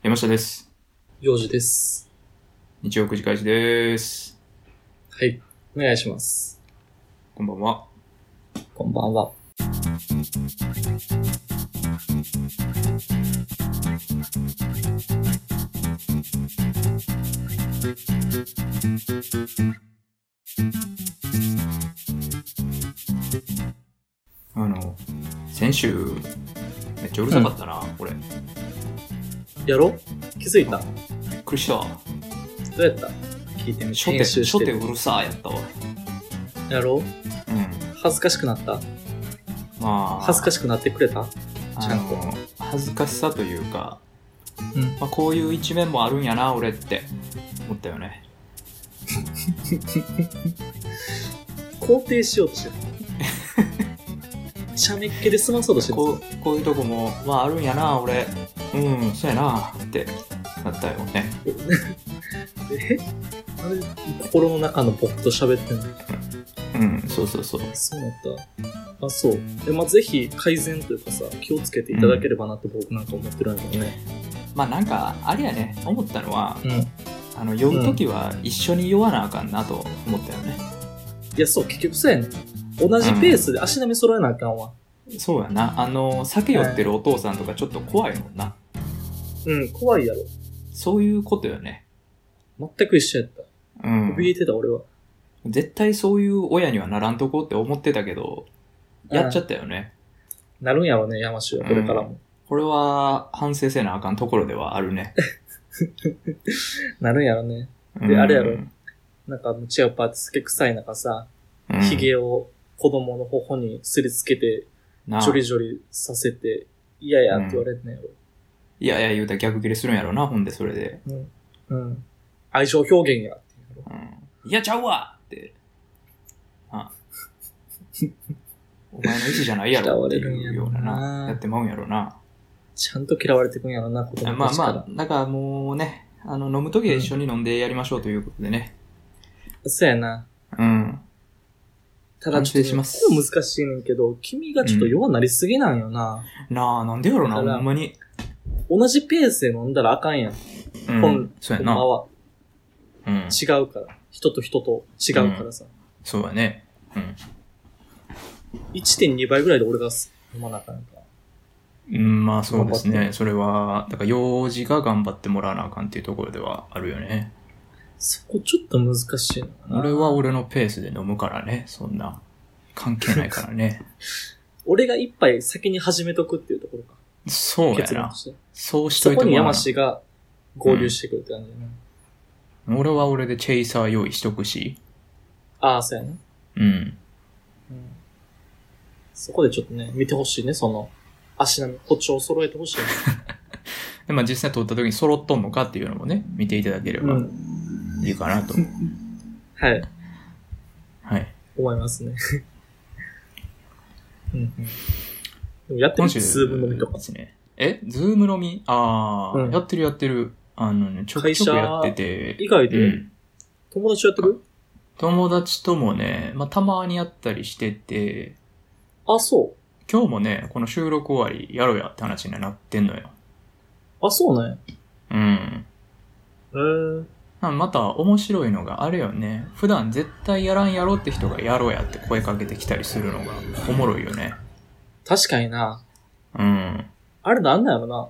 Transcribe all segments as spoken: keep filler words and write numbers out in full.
山下です。 幼児です。 日曜くじ開始です。 はい、お願いします。 こんばんは。 こんばんは。 あの、先週、めっちゃうるさかったな、うん、俺。 やろ？気づいた？ びっくりした。どうやった？聞いてみて。 初手、初手うるさーやったわ。 やろう？うん。恥ずかしくなった？ まあ。 恥ずかしくなってくれた？ちゃんと。 恥ずかしさというか、 うん。 まあ、こういう一面もあるんやな、俺って思ったよね。 肯定しようとしてる。しゃめっ気で済まそうとしてる。 こう、こういうとこも、まああるんやな、俺。うん、そうやな、ってなったよね。 え？あれ、心の中の僕と喋ってんの？ うん、そうそうそう。 そうなった。あ、そう。で、まあ、ぜひ改善というかさ、気をつけていただければなって僕なんか思ってるんだよね。 うん、まあなんか、あれやね、思ったのは、 うん、 あの、酔うときは一緒に酔わなあかんなと思ったよね。 いや、そう、結局そうやねん。同じペースで足並み揃えなあかんわ。 うん、そうやな。あの、酒酔ってるお父さんとかちょっと怖いもんな。 うん、怖いやろ。 そういうことよね。 全く一緒やった。うん。怯えてた、俺は。 絶対そういう親にはならんとこって思ってたけど、やっちゃったよね。 なるんやろね、山氏は、これからも、うん。 これは反省せなあかんところではあるね。 なるんやろね。で、うん、あれやろ。なんか、むちやっぱ酒臭い中さ、うん、髭を子供の頬にすりつけて、ジョリジョリさせて、嫌やって言われんねやろ。 いやいや言うたら逆切れするんやろな、ほんでそれで。 うん。うん。愛情表現やって言うやろ。うん。いやちゃうわって。あお前の意思じゃないやろっていうようなな、やってまうんやろな。 ちゃんと嫌われてくんやろな、子供まあまあ、だからもうね、あの、飲むときは一緒に飲んでやりましょうということでね。 うん、そうやな。 うん。 ただちょっと、難しいねんけど、君がちょっと弱なりすぎなんよな。 うん、なあ、なんでやろな、ほんまに。 同じペースで飲んだらあかんやん。 うん、本そうやな。 ほんまは。うん。違うから。人と人と違うからさ。うん、 そうやね。うん。 いってんに 倍ぐらいで俺が飲まなあかんか。 うん、まあそうですね。それは、だから幼児が頑張ってもらわなあかんっていうところではあるよね。 そこちょっと難しいな。 俺は俺のペースで飲むからね。そんな。関係ないからね。 俺が一杯先に始めとくっていうところか。 そうやな。そうしといてもらうな。 そこに山氏が合流してくるって感じだな、 うん。俺は俺でチェイサー用意しとくし。 ああ、そうやな。 うん。うん。 そこでちょっとね、見てほしいね、その、足並み、歩調を揃えてほしい、ね。 で、まあ実際撮った時に揃っとんのかっていうのもね、見ていただければいいかなと。うん、 はい。 はい。 思いますね。うんうん。でもやってるズーム飲みとか。 ですね。えズーム飲みああ、うん、やってるやってる。あのね、ちょくちょくやってて。 以外で、うん、友達とやってる？ 友達ともね、まあたまにやったりしてて。 あ、そう。 今日もね、この収録終わりやろうやって話になってんのよ。 あ、そうね。 うん。 へー。 また面白いのがあれよね。普段絶対やらんやろって人がやろうやって声かけてきたりするのがおもろいよね。 確かにな。 うん。 あれなんなんやろな。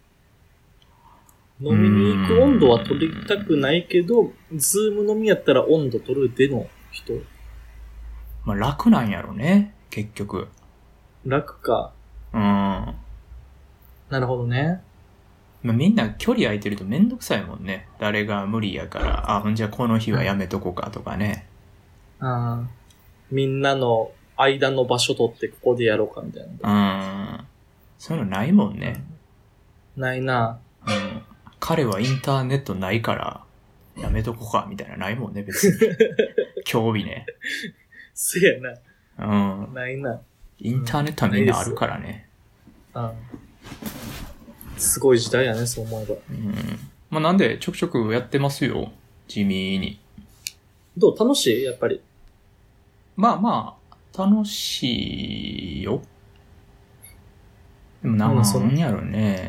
飲みに行く温度は取りたくないけど、ズーム飲みやったら温度取るでの人。 まあ楽なんやろね、結局。 楽か。 うん。なるほどね。 まあ、みんな距離空いてるとめんどくさいもんね。誰が無理やから、あ、ほんじゃこの日はやめとこうかとかね。 ああ。みんなの間の場所取ってここでやろうかみたいな。うん。そういうのないもんね。 ないな。 うん。彼はインターネットないからやめとこうかみたいなないもんね、別に。興味ね。 せやな。 うん。 ないな。 インターネットはみんなあるからね。 うん。すごい時代やね、そう思えば。 うん。まあなんでちょくちょくやってますよ。地味に。 どう？楽しい？やっぱり。 まあまあ、楽しいよ。でもなんやろね。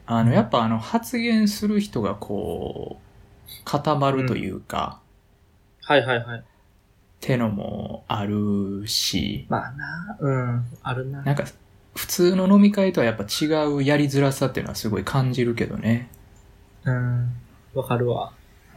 あの、やっぱあの、発言する人がこう、固まるというか、 うん、はいはいはい。 ってのもあるし、 まあな、うん、あるな。 なんか、普通の飲み会とはやっぱ違うやりづらさっていうのはすごい感じるけどね。 うん、わかるわ。 うん。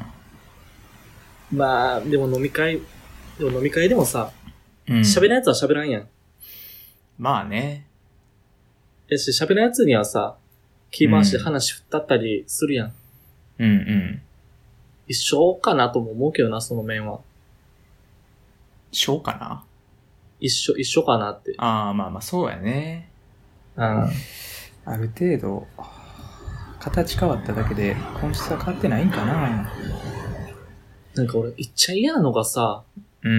まあ、でも飲み会、でも飲み会でもさ、喋、 うん、 らんやつは喋らんやん。 まあね。 やし、喋らんやつにはさ、気回しで話振ったったりするやん。 うんうん。 一緒かなとも思うけどな、その面は。 しょうかな？ 一緒、一緒かなって。 ああ、まあまあそうやね。 うん。ある程度、形変わっただけで本質は変わってないんかな。 なんか俺、言っちゃ嫌なのがさ、 うん。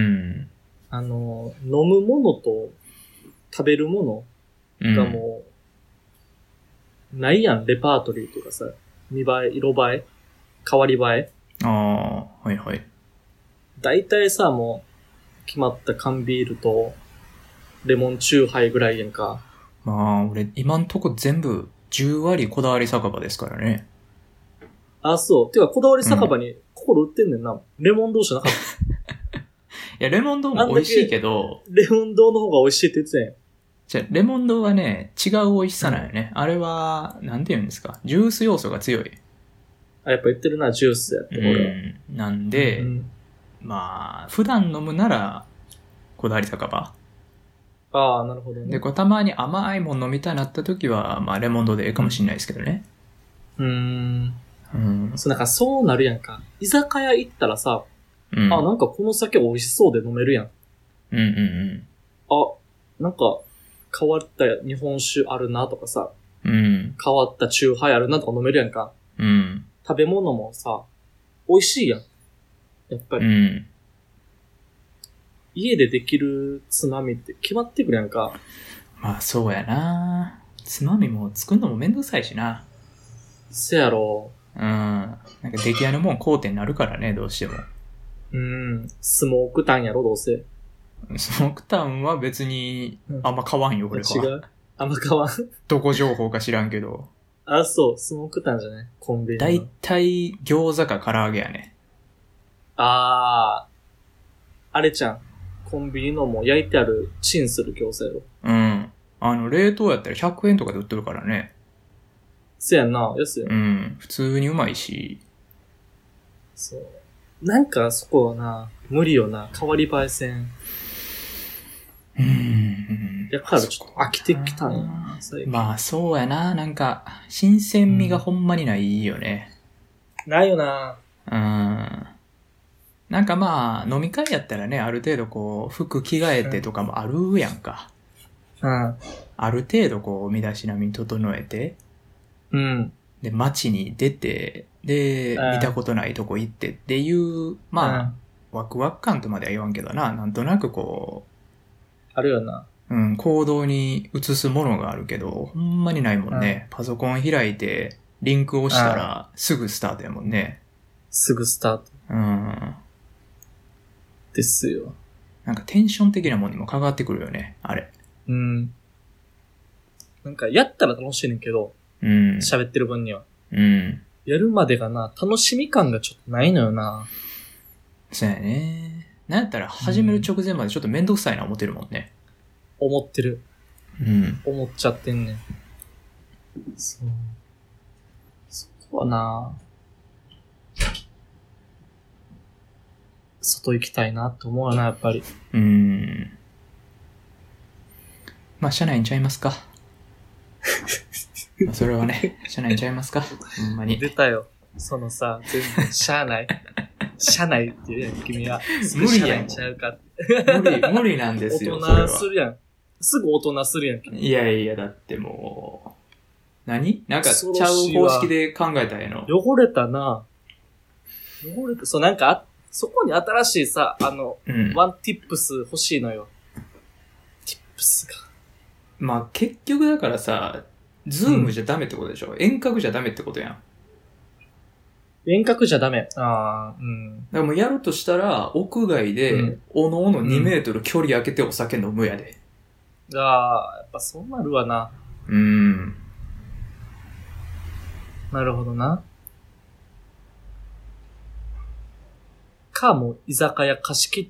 あの、飲むものと食べるものがもう、ないやん、レパートリーというかさ、見栄え、色映え、変わり映え。 ああ、はいはい。 だいたいさ、もう、決まった缶ビールと、レモンチューハイぐらいやんか。 まあ、俺、今んとこ全部じゅう割こだわり酒場ですからね。 あ、そう。てか、こだわり酒場に心売ってんねんな。レモン堂じゃなかった。 いや、レモン堂も美味しいけど、 レモン堂の方が美味しいって言ってたやん。 じゃレモン堂はね、違う美味しさなんよね。うん、あれは、なんて言うんですか、ジュース要素が強い。 あ、やっぱ言ってるな、ジュースやって、俺は。 うん。なんで、うん、まあ、普段飲むなら、こだわり酒場。 ああ、なるほどね。 で、こうたまに甘いもの飲みたいなった時は、まあ、レモンドでええかもしれないですけどね。 うーん。 うん。 そう、なんかそうなるやんか。居酒屋行ったらさ、うん、あ、なんかこの酒美味しそうで飲めるやん。 うんうんうん。 あ、なんか変わった日本酒あるなとかさ、 うん。 変わったチューハイあるなとか飲めるやんか。 うん。 食べ物もさ、美味しいやん。やっぱり。 うん。 家でできるつまみって決まってくるやんか。 まあそうやな。つまみも作るのもめんどくさいしな。 せやろ。 うん。なんか出来合いのもん工程になるからね、どうしても。 うん。スモークタンやろ、どうせ。 スモークタンは別にあんま変わんよ、俺は。 違う。あんま変わん。 どこ情報か知らんけど。 あ、そう。スモークタンじゃないコンビニ。 だいたい餃子か唐揚げやね。 あー。あれちゃん。コンビニのもう焼いてあるチンする餃子やろ。 うん。あの、冷凍やったらひゃくえんとかで売ってるからね。 せやんな、安い。 うん。普通にうまいし。 そう。なんかそこはな、無理よな。変わり映えせん。 うん。 やからちょっと飽きてきたんや。 まあそうやな。なんか、新鮮味がほんまにないよね。 うん、ないよな。 うん。なんかまあ、飲み会やったらね、ある程度こう、服着替えてとかもあるやんか。 うん。 ある程度こう、身だしなみに整えて。 うん。 で、街に出て、で、見たことないとこ行ってっていう、まあ、うん、ワクワク感とまでは言わんけどな、なんとなくこう。あるよな。 うん、行動に移すものがあるけど、ほんまにないもんね。うん、パソコン開いて、リンク押したら、すぐスタートやもんね。 すぐスタート。 うん。 ですよ。 なんかテンション的なもんにも関わってくるよね、あれ。 うん。なんかやったら楽しいねんけど、 うん。 喋ってる分には。 うん。 やるまでがな、楽しみ感がちょっとないのよな。 そうやね。なんやったら始める直前までちょっとめんどくさいな思ってるもんね。 思ってる。 うん。 思っちゃってんねん。そう。そこはな、外行きたいなって思うよな、やっぱり。 うーん。まあ、社内にちゃいますか。まあそれはね、社内にちゃいますか。ほんまに。 出たよ。そのさ、全然、社内。社内っていうやん、君は。 無理やん。 ちゃうか無理、無理なんですよ。 大人するやん。すぐ大人するやん。 いやいや、だってもう、何なんか、ちゃう方式で考えたらええの。 汚れたな。汚れた。そう、なんか、そこに新しいさ、あの、うん、ワンティップス欲しいのよ。ティップスが。 まあ、結局だからさ、ズームじゃダメってことでしょ、うん、遠隔じゃダメってことやん。 遠隔じゃダメ。ああ、うん。 だからもうやるとしたら、屋外で、おのおのにメートル距離空けてお酒飲むやで。 うん、ああ、やっぱそうなるわな。 うん。 なるほどな。か、もう居酒屋貸し切って、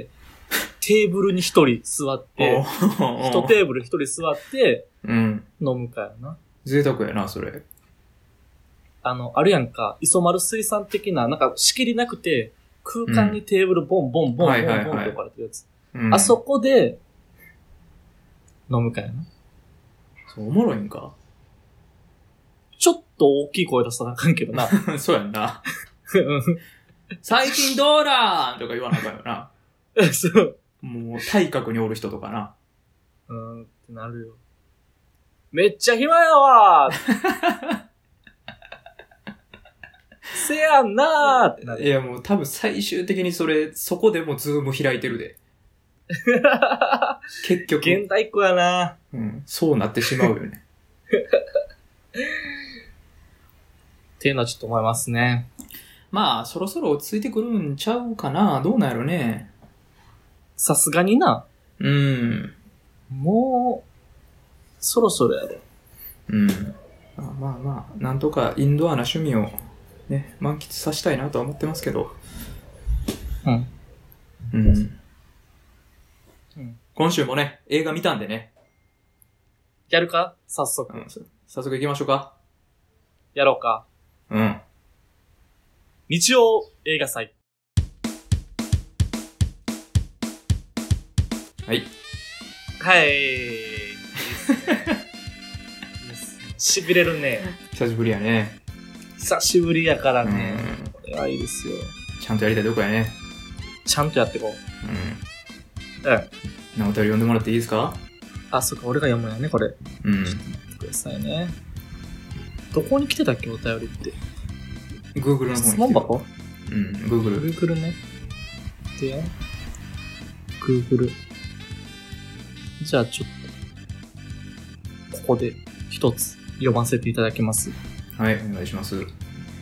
テーブルに一人座って、一テーブル一人座って、うん。飲むかよな。 贅沢やな、それ。 あの、あるやんか、磯丸水産的な、なんか仕切りなくて、空間にテーブルボンボンボンボンボンって置かれてるやつ。あそこで、飲むかやな。 そう、おもろいんか？ ちょっと大きい声出さなあかんけどな。 そうやんな。最近どうだーとか言わなあかんよな。そう。もう体格におる人とかな。 うーんってなるよ。めっちゃ暇やわーせやんなーってなる。 いやもう多分最終的にそれ、そこでもズーム開いてるで。結局。 現代っ子やな。 うん。そうなってしまうよね。 っていうのはちょっと思いますね。 まあ、そろそろ落ち着いてくるんちゃうかな。どうなんやろね。 さすがにな。 うん。 もう、そろそろやろ。 うん。まあまあまあ、なんとかインドアな趣味をね、満喫させたいなとは思ってますけど。うん。うん。うん、今週もね、映画見たんでね。 やるか？早速、うん。 早速行きましょうか。 やろうか。うん。日曜映画祭。 はい。 はい。しびれるね。 久しぶりやね。 久しぶりやからね。これはいいですよ。 ちゃんとやりたいとこやね。 ちゃんとやってこう。うん。うん。 なお便り読んでもらっていいですか？ あ、そっか、俺が読むんやね、これ。うん。ちょっと待ってくださいね。どこに来てたっけ、お便りって。 Google の方に来てる。 質問箱？ うん、Google。 Google ね。で、Google。じゃあちょっと、ここで一つ読ませていただきます。 はい、お願いします。 こ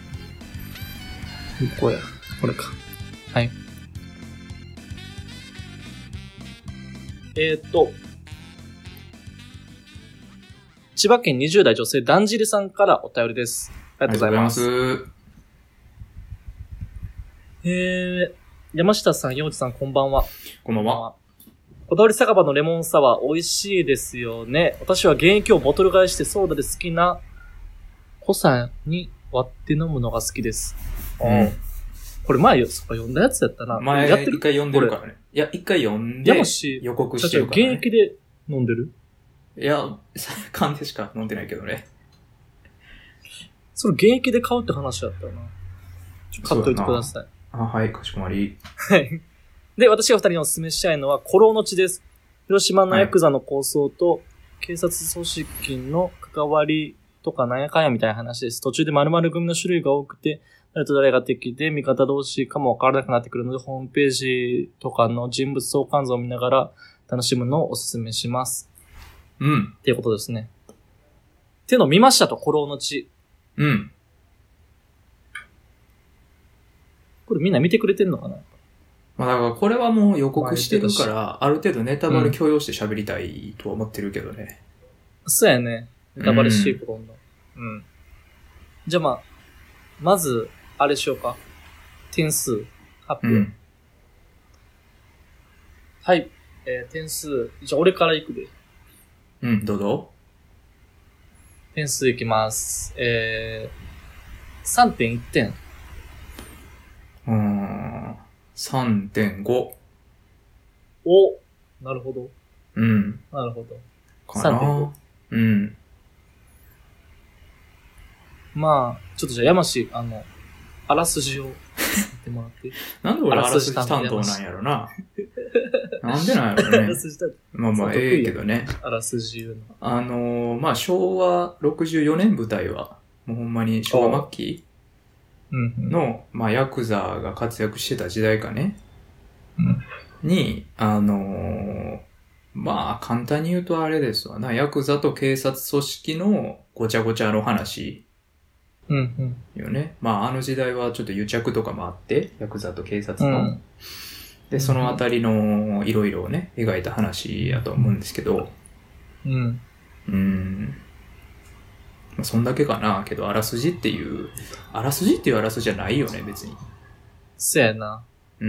こや。これか。はい。えーっと、千葉県にじゅう代女性だんじりさんからお便りです。ありがとうございます。ありがとうございます。えー、山下さん、洋治さん、こんばんは。 こんばんは。 こだわり酒場のレモンサワー、美味しいですよね。私は原液をボトル買いしてソーダで好きな濃さに割って飲むのが好きです。うん。これ前よ、そっか読んだやつやったな。 前、 やってる一回読んでるからね。いや、一回読んで、予告してるから、ね。 原液で飲んでる？ いや、缶でしか飲んでないけどね。 それ原液で買うって話だったよな。ちょ買っといてください。 あ、はい、かしこまり。 はい。で、私が二人にお勧めしたいのは、古老の地です。広島のヤクザの構想と、警察組織の関わりとかなんやかんやみたいな話です。途中で〇〇組の種類が多くて、誰と誰が敵で味方同士かも分からなくなってくるので、ホームページとかの人物相関図を見ながら楽しむのをお勧めします。 うん。 っていうことですね。っていうのを見ましたと、古老の地。 うん。 これみんな見てくれてんのかな？ まあだからこれはもう予告してるから、ある程度ネタバレ許容して喋りたいとは思ってるけどね。 うん、そうやね。ネタバレしていく今度。うん。じゃあまあ、まず、あれしようか。点数、発表。うん、はい。えー、点数、じゃあ俺から行くで。 うん、どうぞ。 点数いきます。えー、さんてんいってん。 うーん、さんてんご。 お、なるほど。 うん。 なるほど。 かな。さんてんご。うん。 まあ、ちょっとじゃあ山氏、あの、あらすじを言ってもらって。 なんで俺あらすじ担当なんやろな。なんでなんやろね。あらすじ担当。まあまあ、ええけどね。 あらすじ言うの。 あのー、まあ昭和ろくじゅうよねん舞台は、もうほんまに昭和末期の、まあヤクザが活躍してた時代かね。うん、に、あのー、まあ簡単に言うとあれですわな。ヤクザと警察組織のごちゃごちゃの話。 うんうん。 よね。まああの時代はちょっと癒着とかもあって、ヤクザと警察の。うん、で、そのあたりのいろいろをね、描いた話やと思うんですけど。 うん。 うん。 まあ、そんだけかな。けど、あらすじっていう、あらすじっていうあらすじじゃないよね、別に。 そうやな。 うん。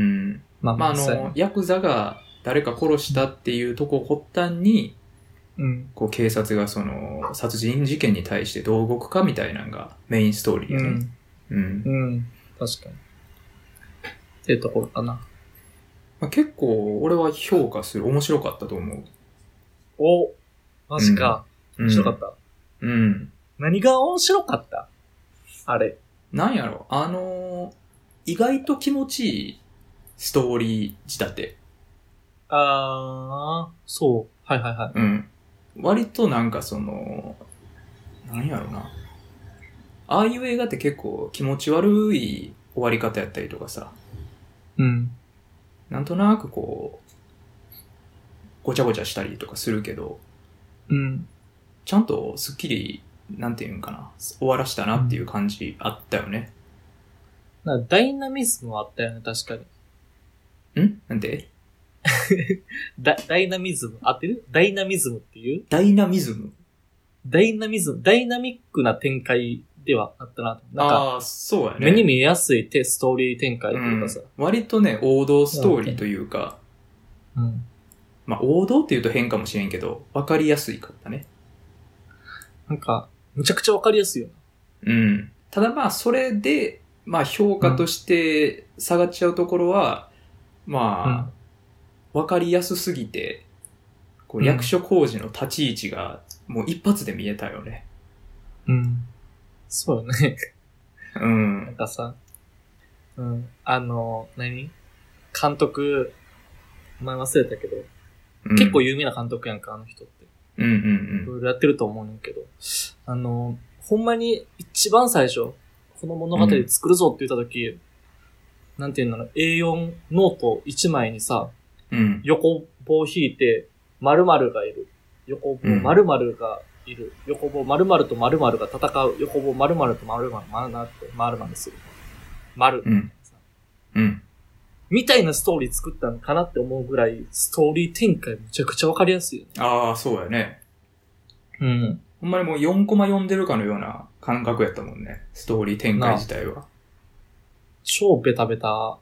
まあ、まあ、あの、ヤクザが誰か殺したっていうとこを発端に、 うん。 こう、警察がその、殺人事件に対してどう動くかみたいなのがメインストーリーやね。 うん。うん。うん、確かに。っていうところかな。 まあ、結構、俺は評価する。面白かったと思う。 お、マジか。うん、面白かった。 うん。うん、 何が面白かったあれ。 なんやろあのー、意外と気持ちいいストーリー仕立て。 あー、そう。はいはいはい。 うん。割となんかその、なんやろな。ああいう映画って結構気持ち悪い終わり方やったりとかさ。 うん。 なんとなくこう、ごちゃごちゃしたりとかするけど、 うん。 ちゃんとスッキリ、なんていうんかな、終わらしたなっていう感じあったよね。 うん、なんかダイナミズムはあったよね、確かに。んなんでダダイナミズム、合ってるダイナミズムっていうダイナミズムダイナミズム、ダイナミックな展開ではあったな。なんか、 ああ、そうやね。 目に見えやすいテストーリー展開というかさ、 うん。割とね、王道ストーリーというか、 うん。 まあ、王道って言うと変かもしれんけど、わかりやすいかったね。 なんか、むちゃくちゃわかりやすいよな。うん。ただまあ、それで、まあ、評価として下がっちゃうところは、うん、まあ、わ、うん、かりやすすぎて、こう役所広司の立ち位置が、もう一発で見えたよね。 うん。そうよね。 うん。 なんかさ、うん。あの、何監督、前忘れたけど、うん、結構有名な監督やんか、あの人って。 うんうんうん。 いろいろやってると思うんだけど、あの、ほんまに一番最初、この物語作るぞって言った時、うん、なんていうの、エーよん ノートいちまいにさ、 うん、 横棒引いて、〇〇がいる。横棒〇〇がいる。うん、横棒〇〇と〇〇が戦う。横棒〇〇と〇〇、〇〇って〇〇する。〇。 うん。うん。 みたいなストーリー作ったのかなって思うぐらい、ストーリー展開めちゃくちゃわかりやすいよね。 ああ、そうやね。 うん。 ほんまにもうよんコマ読んでるかのような感覚やったもんね。ストーリー展開自体は。 超ベタベタ。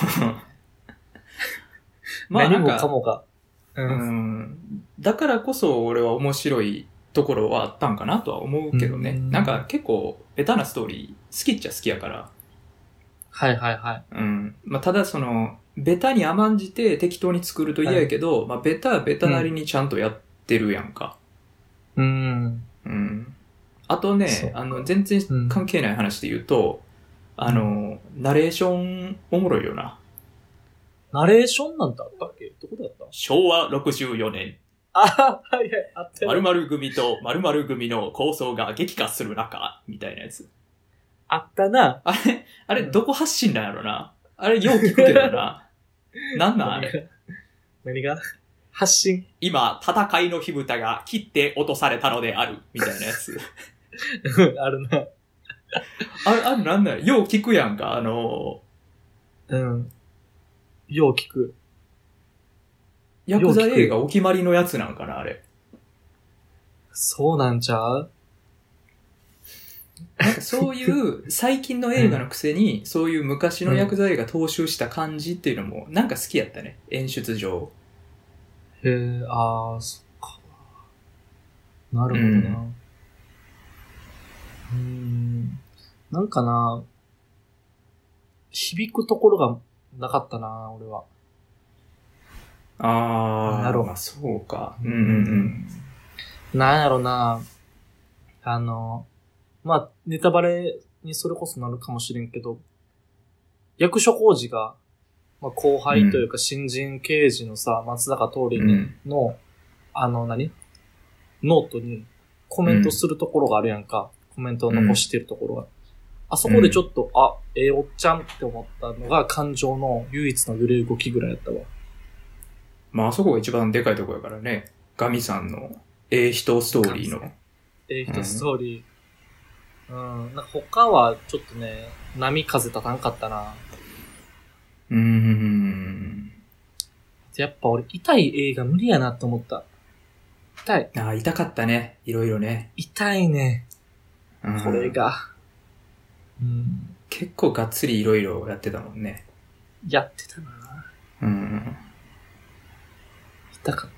まあ何もかもが。 うん、うん。だからこそ俺は面白いところはあったんかなとは思うけどね。んなんか結構ベタなストーリー好きっちゃ好きやから。 はいはいはい。 うん。まあただその、ベタに甘んじて適当に作ると嫌やけど、はい、まあベタはベタなりにちゃんとやってるやんか。 うん。 うん。あとね、あの、全然関係ない話で言うと、うん、あの、ナレーションおもろいよな。 ナレーションなんてあったっけどこだったしょうわろくじゅうよねん。 あはいはい、あったよ。 〇〇組と〇〇組の構想が激化する中、みたいなやつ。 あったな。 あれ、あれ、どこ発信なんやろな。あれ、よう聞くけどな。なんなんあれ。 何が発信今、戦いの火蓋が切って落とされたのである、みたいなやつ。 あるな。 あれ、あれなんだよ。よう聞くやんか、あのー。うん。よう聞く。 ヤクザ映画お決まりのやつなんかな、あれ。 そうなんちゃうなんかそういう最近の映画のくせに、うん、そういう昔のヤクザ映画踏襲した感じっていうのもなんか好きやったね。演出上。 へえ、あー、そっか。なるほどな。うん、うーん。なんかな、響くところがなかったな、俺は。 あー、 なるまあそうか。うんうんうん。 なんやろな、あの、まあ、ネタバレにそれこそなるかもしれんけど、役所広司が、まあ、後輩というか新人刑事のさ、うん、松坂桃李の、うん、あの何、ノートにコメントするところがあるやんか。うん、コメントを残してるところが。うん、あそこでちょっと、うん、あ、ええー、おっちゃんって思ったのが感情の唯一の揺れ動きぐらいやったわ。 まあ、あそこが一番でかいところやからね。ガミさんのええ人ストーリーの。 ええ人ストーリー。うん、うん、なんか他はちょっとね、波風立たんかったな。 うーん。 やっぱ俺、痛い映画無理やなと思った。痛い。 ああ、痛かったね。いろいろね。 痛いね。 うん、 これが。うん、 結構がっつりいろいろやってたもんね。 やってたな。 うん。 痛かった。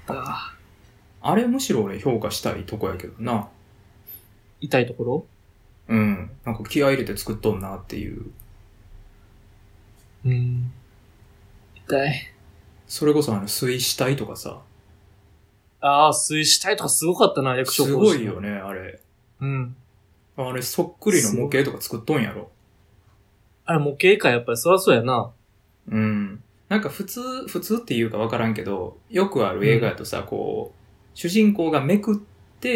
あれむしろ俺評価したいとこやけどな。 痛いところ？ うん。なんか気合い入れて作っとんなっていう。 うん。痛い。 それこそあの水死体とかさ。 ああ、水死体とかすごかったな、役所すごいよね、あれ。 うん。 あれそっくりの模型とか作っとんやろ。 あれ模型か、やっぱりそりゃそうやな。 うん。なんか普通、普通っていうかわからんけど、よくある映画やとさ、うん、こう、主人公がめくって、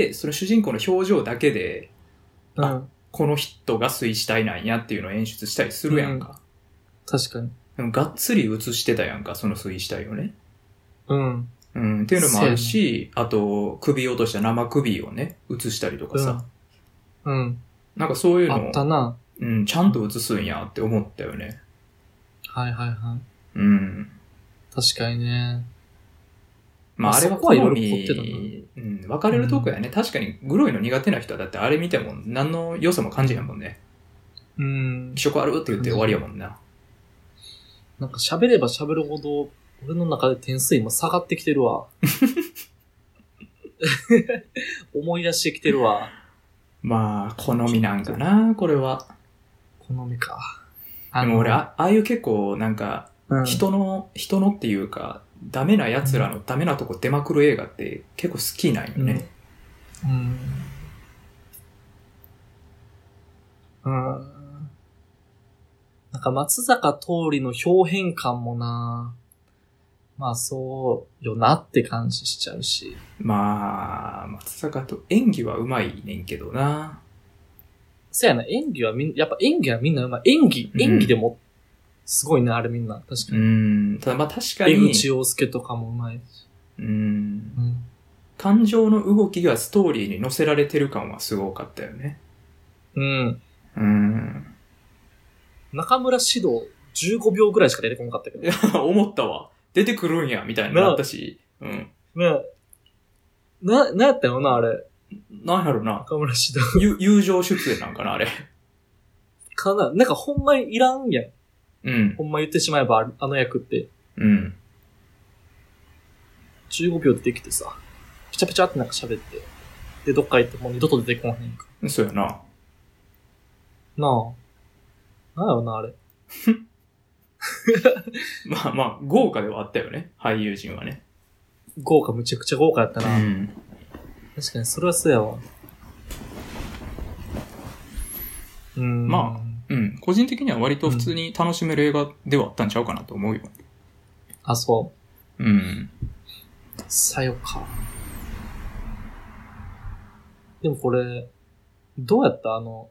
その主人公の表情だけで、うん、あ、この人が水死体なんやっていうのを演出したりするやんか。 うん、確かに。 でもがっつり映してたやんか、その水死体をね。 うん。 うん、っていうのもあるし、あと、首落とした生首をね、映したりとかさ。 うん。うん、 なんかそういうのあったな。 うん、ちゃんと映すんやって思ったよね。 はいはいはい。 うん。 確かにね。 まあ、あれは好み、うん、分かれるとこやね、うん。確かに、グロいの苦手な人はだってあれ見ても何の良さも感じへんもんね。 うん。 気色あるって言って終わりやもんな。 なんか喋れば喋るほど、俺の中で点数今下がってきてるわ。思い出してきてるわ。 まあ、好みなんかな、これは。 好みか。 でも俺、ああいう結構なんか、うん、人の、人のっていうか、ダメな奴らのダメなとこ出まくる映画って結構好きなんよね。うん。 うん。うん、なんか松坂桃李の表変感もな、まあそうよなって感じしちゃうし。 まあ、松坂と演技は上手いねんけどな。 そうやな、演技はみんな、やっぱ演技はみんな上手い。演技、うん、演技でも、すごいね、あれみんな。確かに。 うん。ただまあ確かに。 江口洋介とかも上手いし。 うん。うん。感情の動きがストーリーに乗せられてる感はすごかったよね。 うん。 うん。 中村獅童じゅうごびょうぐらいしか出てこなかったけど。 いや、思ったわ。出てくるんや、みたいになったし。うん。 ねな、なんやったよな、あれ。 なんやろな。 中村獅童。 友情出演なんかな、あれ。 かな。なんかほんまにいらんやん。 うん。 ほんま言ってしまえば、あの役って。 うん。 じゅうごびょうでできてさ、ピチャピチャってなんか喋って。で、どっか行ってもう二度と出てこへんか。 そうやな。 なあ。なんやろな、あれ。 まあまあ、豪華ではあったよね。俳優陣はね。 豪華、むちゃくちゃ豪華やったな。 うん。 確かに、それはそうやわ。うん。 まあ、うん。個人的には割と普通に楽しめる映画ではあったんちゃうかなと思うよ。うん、 あ、そう。うん。 さよか。でもこれ、どうやったあの、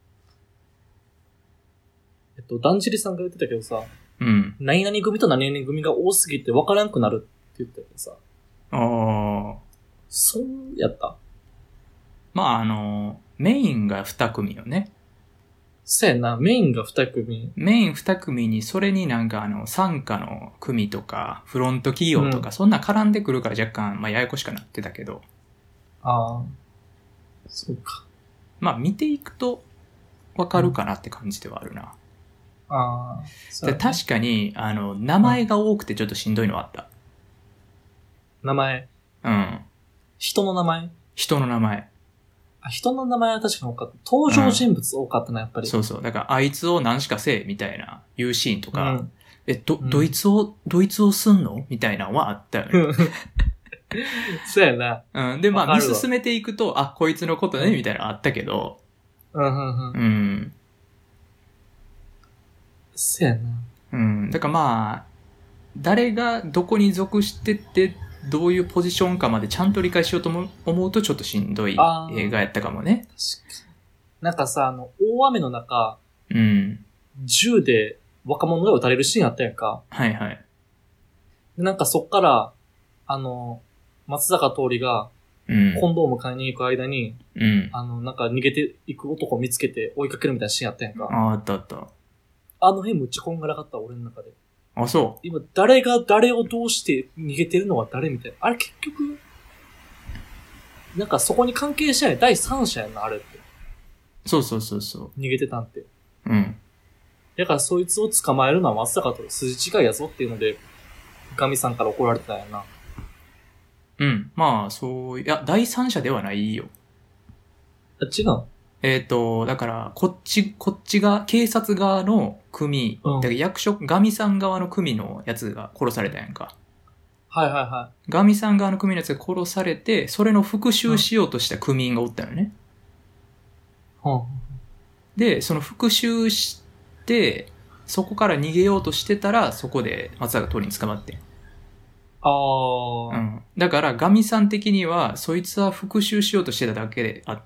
えっと、だんじりさんが言ってたけどさ、 うん。 何々組と何々組が多すぎて分からんくなるって言ってたけどさ。 ああ。 そうやった？ まあ、あの、メインがに組よね。 そうやな、メインがに組。 メインに組に、それになんかあの、傘下の組とか、フロント企業とか、うん、そんな絡んでくるから若干、まあ、ややこしくなってたけど。 ああ。そうか。 まあ、見ていくと、わかるかなって感じではあるな。うん、 ああ、 そう、ね。確かに、あの、名前が多くてちょっとしんどいのはあった。 名前？ うん。 人の名前？ 人の名前。 あ、人の名前は確かに多かった。登場人物多かったな、やっぱり。 そうそう。だから、あいつを何しかせえ、みたいな、言うシーンとか、うん、え、ど、 うん、 ドイツを、ドイツをすんのみたいなのはあったよね。 そうやな。 うん。で、まあ、見進めていくと、あ、こいつのことね、みたいなのあったけど、 うん、うん、うん。 うん。 そうやな。 うん。だからまあ、誰がどこに属してて、どういうポジションかまでちゃんと理解しようと思うとちょっとしんどい映画やったかもね。 確かに。なんかさ、あの、大雨の中、 うん。 銃で若者が撃たれるシーンあったやんか。 はいはい。 で、なんかそっから、あの、松坂桃李が、うん、コンドーム買いに行く間に、 うん。 あの、なんか逃げていく男を見つけて追いかけるみたいなシーンあったやんか。 ああ、あったあった。 あの辺むっちゃこんがらかった、俺の中で。 あ、そう。 今、誰が誰をどうして逃げてるのは誰みたいな。あれ結局、なんかそこに関係してない第三者やな、あれって。 そうそうそうそう。逃げてたんて。 う。うん。 だからそいつを捕まえるのは松坂と筋違いやぞっていうので、ガミさんから怒られてたんやな。 うん。まあ、そう、いや、第三者ではないよ。 あ、違う。 えっ、ー、と、だから、こっち、こっちが、警察側の組、うん、だから役所、ガミさん側の組のやつが殺されたやんか。 はいはいはい。 ガミさん側の組のやつが殺されて、それの復讐しようとした組員がおったよね。 うん、 で、その復讐して、そこから逃げようとしてたら、そこで松坂桃李に捕まってん。 ああ。 うん。だから、ガミさん的には、そいつは復讐しようとしてただけであって、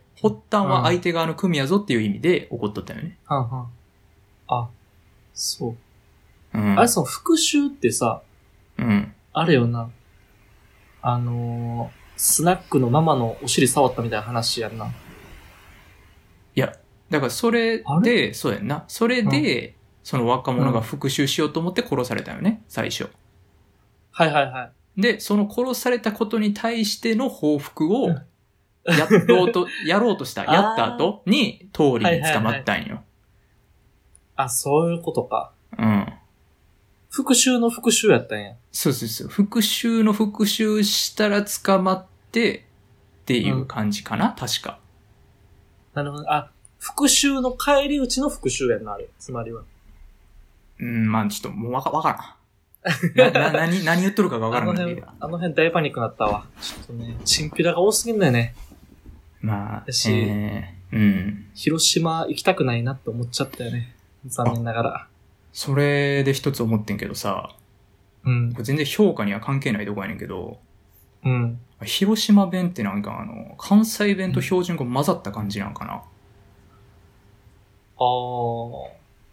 発端は相手側の組やぞっていう意味で怒っとったよね。 はんはん。あ、そう。 うん。 あれ、その復讐ってさ、 うん。 あれよな。あのー、スナックのママのお尻触ったみたいな話やんな。いや、だからそれで、そうやんな。それで、うん、その若者が復讐しようと思って殺されたよね、最初。 はいはいはい。 で、その殺されたことに対しての報復を、やろうと、やろうとした、やった後に、通りに捕まったんよ、はいはいはい。 あ、そういうことか。 うん。 復讐の復讐やったんや。 そうそうそう。復讐の復讐したら捕まって、っていう感じかな、うん、確か。 なるほど。あ、復讐の帰り討ちの復讐やんな、あれ。つまりは。 うん、まあちょっと、もうわか、わからん。な、な、何、何言っとるかがわからんけど。 あの辺大パニックになったわ。ちょっとね、チンピラが多すぎんだよね。 まあ、 だし、 えー、うん。 広島行きたくないなって思っちゃったよね。残念ながら。 それで一つ思ってんけどさ、 うん。 これ全然評価には関係ないとこやねんけど、 うん。 広島弁ってなんかあの、関西弁と標準語混ざった感じなんかな。ああ。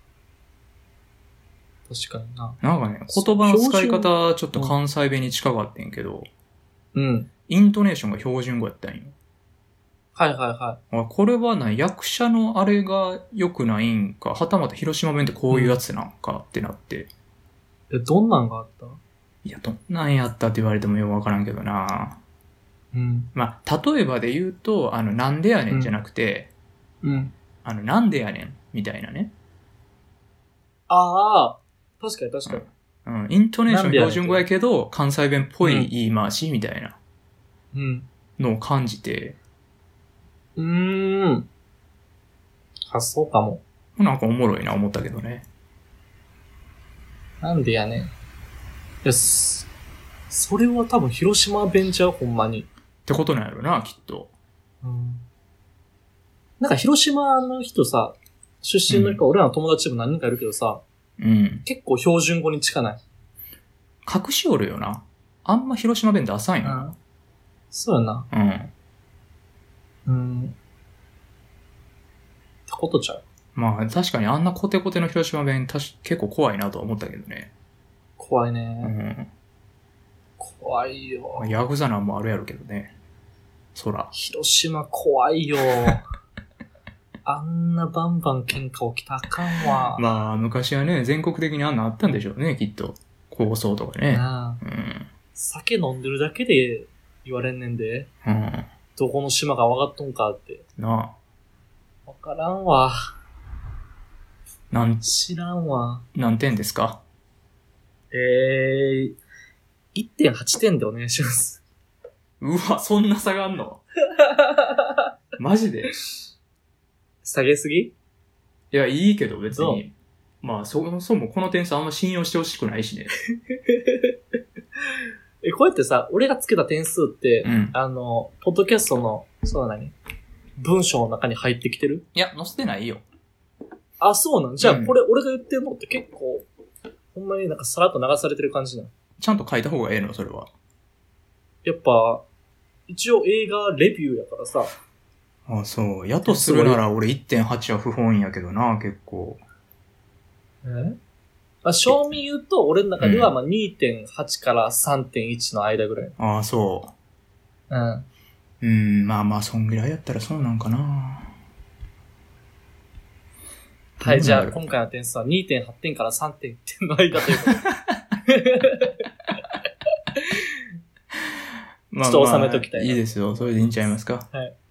確かにな。 なんかね、言葉の使い方ちょっと関西弁に近かってんけど、 うん。 イントネーションが標準語やったんよ。 はいはいはい。 これはな、役者のあれが良くないんか、はたまた広島弁ってこういうやつなんかってなって。 うん、え、どんなんがあった？ いや、どんなんやったって言われてもよくわからんけどな。 うん。 まあ、例えばで言うと、あの、なんでやねんじゃなくて、 うん。うん、あの、なんでやねんみたいなね。 ああ、確かに確かに。 うん。うん、イントネーション標準語やけど、関西弁っぽい言い回しみたいな。 うん。 のを感じて。 うーん。あ、そうかも。 なんかおもろいな思ったけどね。 なんでやねん。いや、それは多分広島弁ちゃう、ほんまに。 ってことなんやろな、きっと。 うん。なんか広島の人さ、出身の人、うん、俺らの友達でも何人かいるけどさ、 うん。 結構標準語に近ない。 隠しおるよな。あんま広島弁出さんよな。うん、 そうやな。 うん。 うん。ってことちゃう。 まあ確かにあんなコテコテの広島弁たし結構怖いなとは思ったけどね。 怖いね。 うん。 怖いよ。 ヤクザなんもあるやろけどね。そら。 広島怖いよ。あんなバンバン喧嘩起きたらあかんわ。 まあ昔はね、全国的にあんなあったんでしょうね、きっと。抗争とかね。 なあ、うん。酒飲んでるだけで言われんねんで。 うん。 どこの島が分かっとんかって。 なあ。分からんわ。 なん、 知らんわ。 何点ですか？ えー、いってんはちてんでお願いします。 うわ、そんな差があんの？マジで？ 下げすぎ？ いや、いいけど別に。まあ、そもそもこの点数あんま信用してほしくないしね。 え、こうやってさ、俺がつけた点数って、 うん、 あの、ポッドキャストの、そうだね、文章の中に入ってきてる？ いや、載せてないよ。 あ、そうなん？じゃあ、これ、俺が言ってるのって結構、ほんまになんかさらっと流されてる感じなの？ ちゃんと書いた方がええの、それは。 やっぱ、一応映画レビューやからさ。 あ、そう。やとするなら俺 いってんはち は不本意やけどな、結構。 え？まあ、賞味言うと、俺の中ではまあ にてんはち から さんてんいち の間ぐらい。 ああ、そう。 うん。 うん、まあまあ、そんぐらいやったらそうなんかな。 はい、じゃあ今回の点数は にてんはち 点からさんてんいち点の間ということで。まあ、ちょっと収めときたいな。 いいですよ。それでいいんちゃいますか。 はい。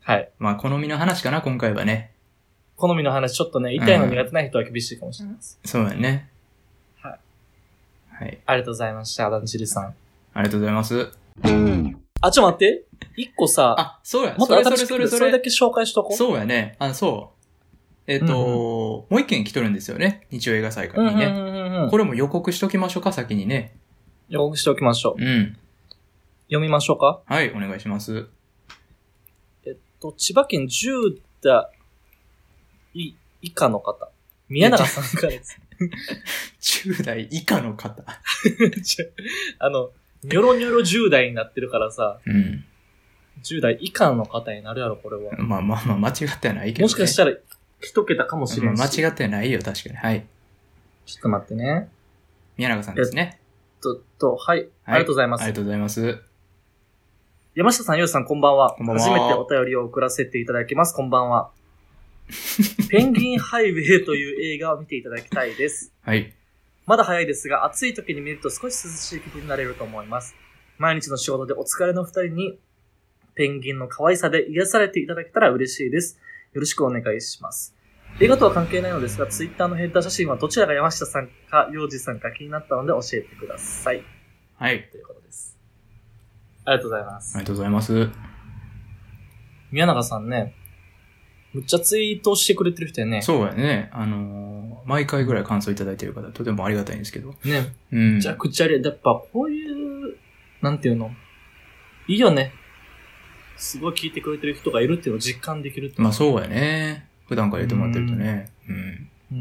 はい。 まあ、好みの話かな、今回はね。 好みの話、ちょっとね、痛いの苦手な人は厳しいかもしれないです。 うん、そうだね。 はい。 はい。 ありがとうございました、だんじりさん。 ありがとうございます。 あ、ちょっと待って。一個さ、 あ、そうや。 もっと新しくそれだけ紹介しとこう。 そうやね。あ、そう。えっ、ー、と、うんうん、もう一件来とるんですよね。日曜映画祭からにね、うんうんうんうん。これも予告しときましょうか、先にね。 予告しておきましょう。 うん。 読みましょうか。 はい、お願いします。 えっと、千葉県じゅう代以下の方。宮永さんからです。 じゅう代以下の方。 あの、ニョロニョロじゅう代になってるからさ。 うん。 じゅう代以下の方になるやろ、これは。 まあまあまあ、間違ってはないけど、ね。 もしかしたら、一桁かもしれない。 まあ、間違ってはないよ、確かに。はい。 ちょっと待ってね。 宮永さんですね。 えっと、と、はい。ありがとうございます。 ありがとうございます。 山下さん、ゆうさん、こんばんは。 こんばんは。 初めてお便りを送らせていただきます。こんばんは。ペンギンハイウェイという映画を見ていただきたいです。 はい。 まだ早いですが、暑い時に見ると少し涼しい気分になれると思います。毎日の仕事でお疲れの二人に、ペンギンの可愛さで癒されていただけたら嬉しいです。よろしくお願いします。映画とは関係ないのですが、ツイッターのヘッダー写真はどちらが山下さんか、洋二さんか気になったので教えてください。 はい。 ということです。ありがとうございます。 ありがとうございます。 宮永さんね、むっちゃツイートしてくれてる人やね。 そうやね。あのー、毎回ぐらい感想いただいてる方、とてもありがたいんですけど。 ね。 うん。 めちゃくちゃあり、やっぱこういう、なんていうの、いいよね。すごい聞いてくれてる人がいるっていうのを実感できるって。 まあそうやね。普段から言ってもらってるとね。うん。 うん。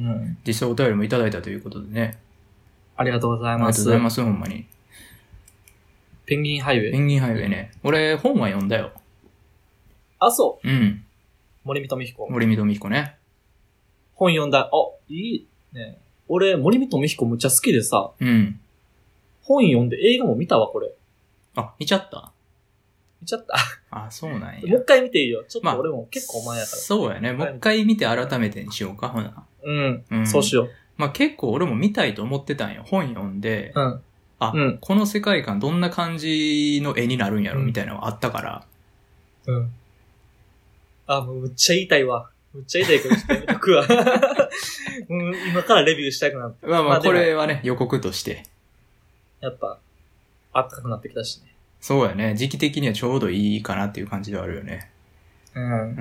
実際お便りもいただいたということでね。 ありがとうございます。 ありがとうございます、ほんまに。 ペンギンハイウェイ。 ペンギンハイウェイね。俺、本は読んだよ。 あ、そう。 うん。 森見富彦。 森見富彦ね。 本読んだ。あ、いいね。俺、森見富彦むっちゃ好きでさ。 うん。 本読んで映画も見たわ、これ。 あ、見ちゃった見ちゃった。 あ、そうなんや。 もう一回見ていいよ。ちょっと俺も結構前やから。まあ、 そうやね。もう一回見て改めてにしようか、ほな。 うん。うん。そうしよう。 まあ結構俺も見たいと思ってたんよ。本読んで。 うん。 あ、うん、この世界観どんな感じの絵になるんやろ、みたいなのがあったから。 うん。あ、もうむっちゃ言いたいわ。むっちゃ言いたいけど、ちょっとやめとくわ。もう今からレビューしたくなって。 まあまあ、これはね、予告として。 やっぱ、あったかくなってきたしね。 そうやね。時期的にはちょうどいいかなっていう感じではあるよね。 うん。 うん。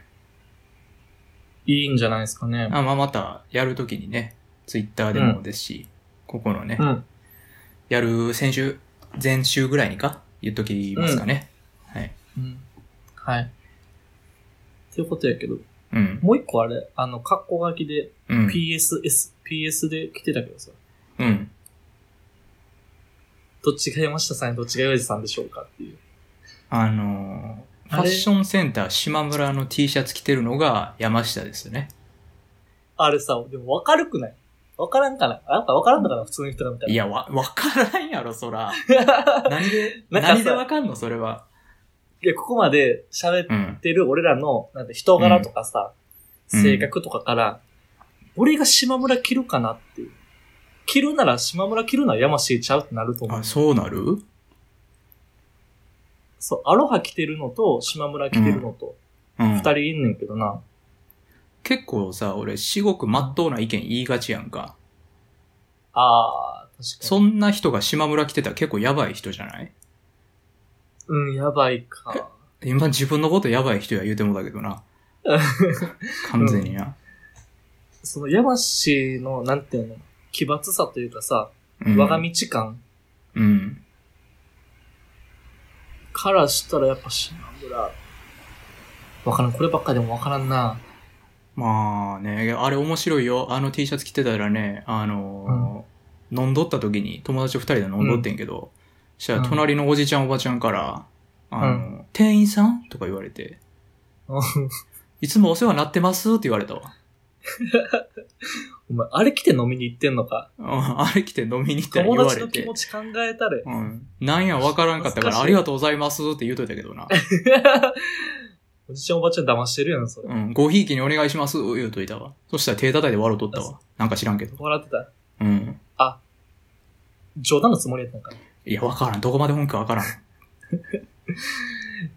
いいんじゃないですかね。 あ、まあまた、やるときにね、ツイッターでもですし、うん、ここのね、 うん、 やる先週、前週ぐらいにか言っときますかね。うん、はい。 うん。はい。っていうことやけど、 うん。 もう一個あれ、あの、カッコ書きで、 うん、 ピーエスエス、ピーエス で来てたけどさ。 うん。 どっちが山下さんどっちが洋二さんでしょうかっていう。 あのー、ファッションセンター島村の T シャツ着てるのが山下ですよね。 あれさ、でも分かるくない？分からんかな？やっぱ分からんのかな普通の人が見たら。 いや、わ、分からんやろ、そら。何で、何で分かんのそれは。 いや、ここまで喋ってる俺らの、なんて人柄とかさ、うん、性格とかから、俺が島村着るかなっていう。着るなら島村着るなら山下ちゃうってなると思う。 あ、そうなる？ そう、アロハ着てるのと島村着てるのと、二、うん、人いんねんけどな。 結構さ、俺、至極真っ当な意見言いがちやんか。 ああ、確かに。 そんな人が島村着てたら結構やばい人じゃない？ うん、やばいか。 今自分のことやばい人や言うてもだけどな。完全にな、うん。 その山氏の、なんていうの、奇抜さというかさ、うん、我が道感。 うん。 からしたらやっぱ島村。わからん、こればっかでもわからんな。 まあね、あれ面白いよ。あの T シャツ着てたらね、あのーうん、飲んどった時に友達二人で飲んどってんけど、うん、したら隣のおじちゃんおばちゃんから、あの、うん、店員さんとか言われて、いつもお世話になってますって言われたわ。 お前、あれ来て飲みに行ってんのか。 うん、あれ来て飲みに行ったら言われて。 友達の気持ち考えたれ。 うん。なんやわからんかったからありがとうございますって言うといたけどな。 おじちゃんおばちゃん騙してるやん、それ。 うん。ごひいきにお願いします言うといたわ。そしたら手叩いて笑うとったわ。なんか知らんけど。 笑ってた。 うん。 あ、冗談のつもりやったんかな。 いや、わからん。どこまで本気かわからん。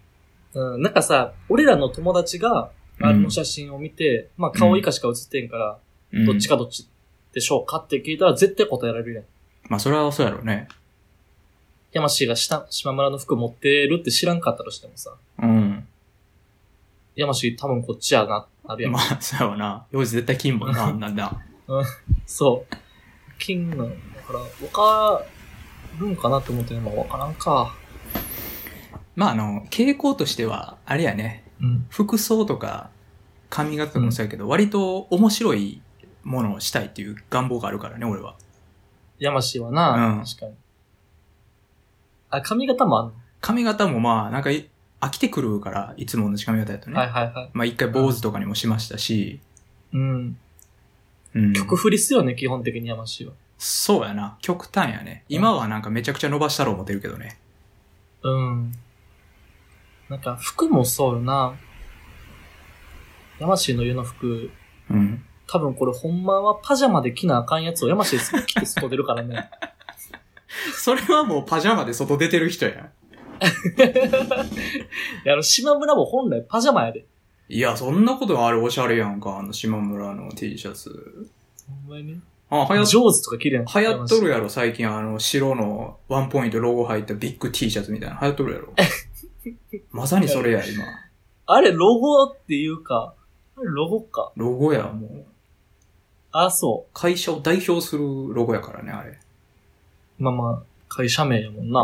うん、なんかさ、俺らの友達が、あの写真を見て、うん、まあ顔以下しか写ってんから、うん、どっちかどっちでしょうかって聞いたら絶対答えられるやん。 まあそれはそうやろうね。 山氏が下、島村の服持ってるって知らんかったとしてもさ。 うん。 山氏多分こっちやな、あるやん。 まあ、そうやわな。用事絶対金もんな、あんなんだ。 うん。そう。金なの。だから、わかるんかなって思ってね、まあわからんか。 まああの、傾向としては、あれやね。うん、服装とか、髪型とかもそうやけど、うん、割と面白いものをしたいっていう願望があるからね、俺は。 山氏はな、うん、確かに。あ、髪型もあんの？ 髪型もまあ、なんか、飽きてくるから、いつも同じ髪型やとね。 はいはいはい。 まあ一回坊主とかにもしましたし。 うん。うん。曲振りっすよね、基本的に山氏は。 そうやな。極端やね。今はなんかめちゃくちゃ伸ばしたろう思ってるけどね。 うん。なんか服もそうよな。山氏の家の服。 うん。 多分これほんまはパジャマで着なあかんやつを山氏で着て外出るからね。 それはもうパジャマで外出てる人や。 いや、あの、島村も本来パジャマやで。 いや、そんなことあれおしゃれやんか、あの島村の T シャツ。 ほんまにね。 あ、流行っ、 ジョーズとか着るやん。 流行っとるやろ、最近あの、白のワンポイントロゴ入ったビッグ T シャツみたいな。流行っとるやろ。まさにそれや、今。 あれ、ロゴっていうか、あれ、ロゴか。 ロゴや、もう。 あ、そう。 会社を代表するロゴやからね、あれ。 まあまあ、会社名やもんな。 うん。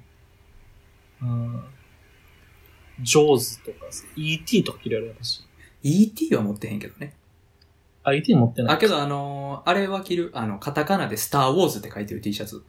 うん。ジョーズとか、イーティー とか着れるやろし。 イーティー は持ってへんけどね。 あ、イーティー 持ってない。 あ、けどあのー、あれは着る、あの、カタカナでスターウォーズって書いてる T シャツ。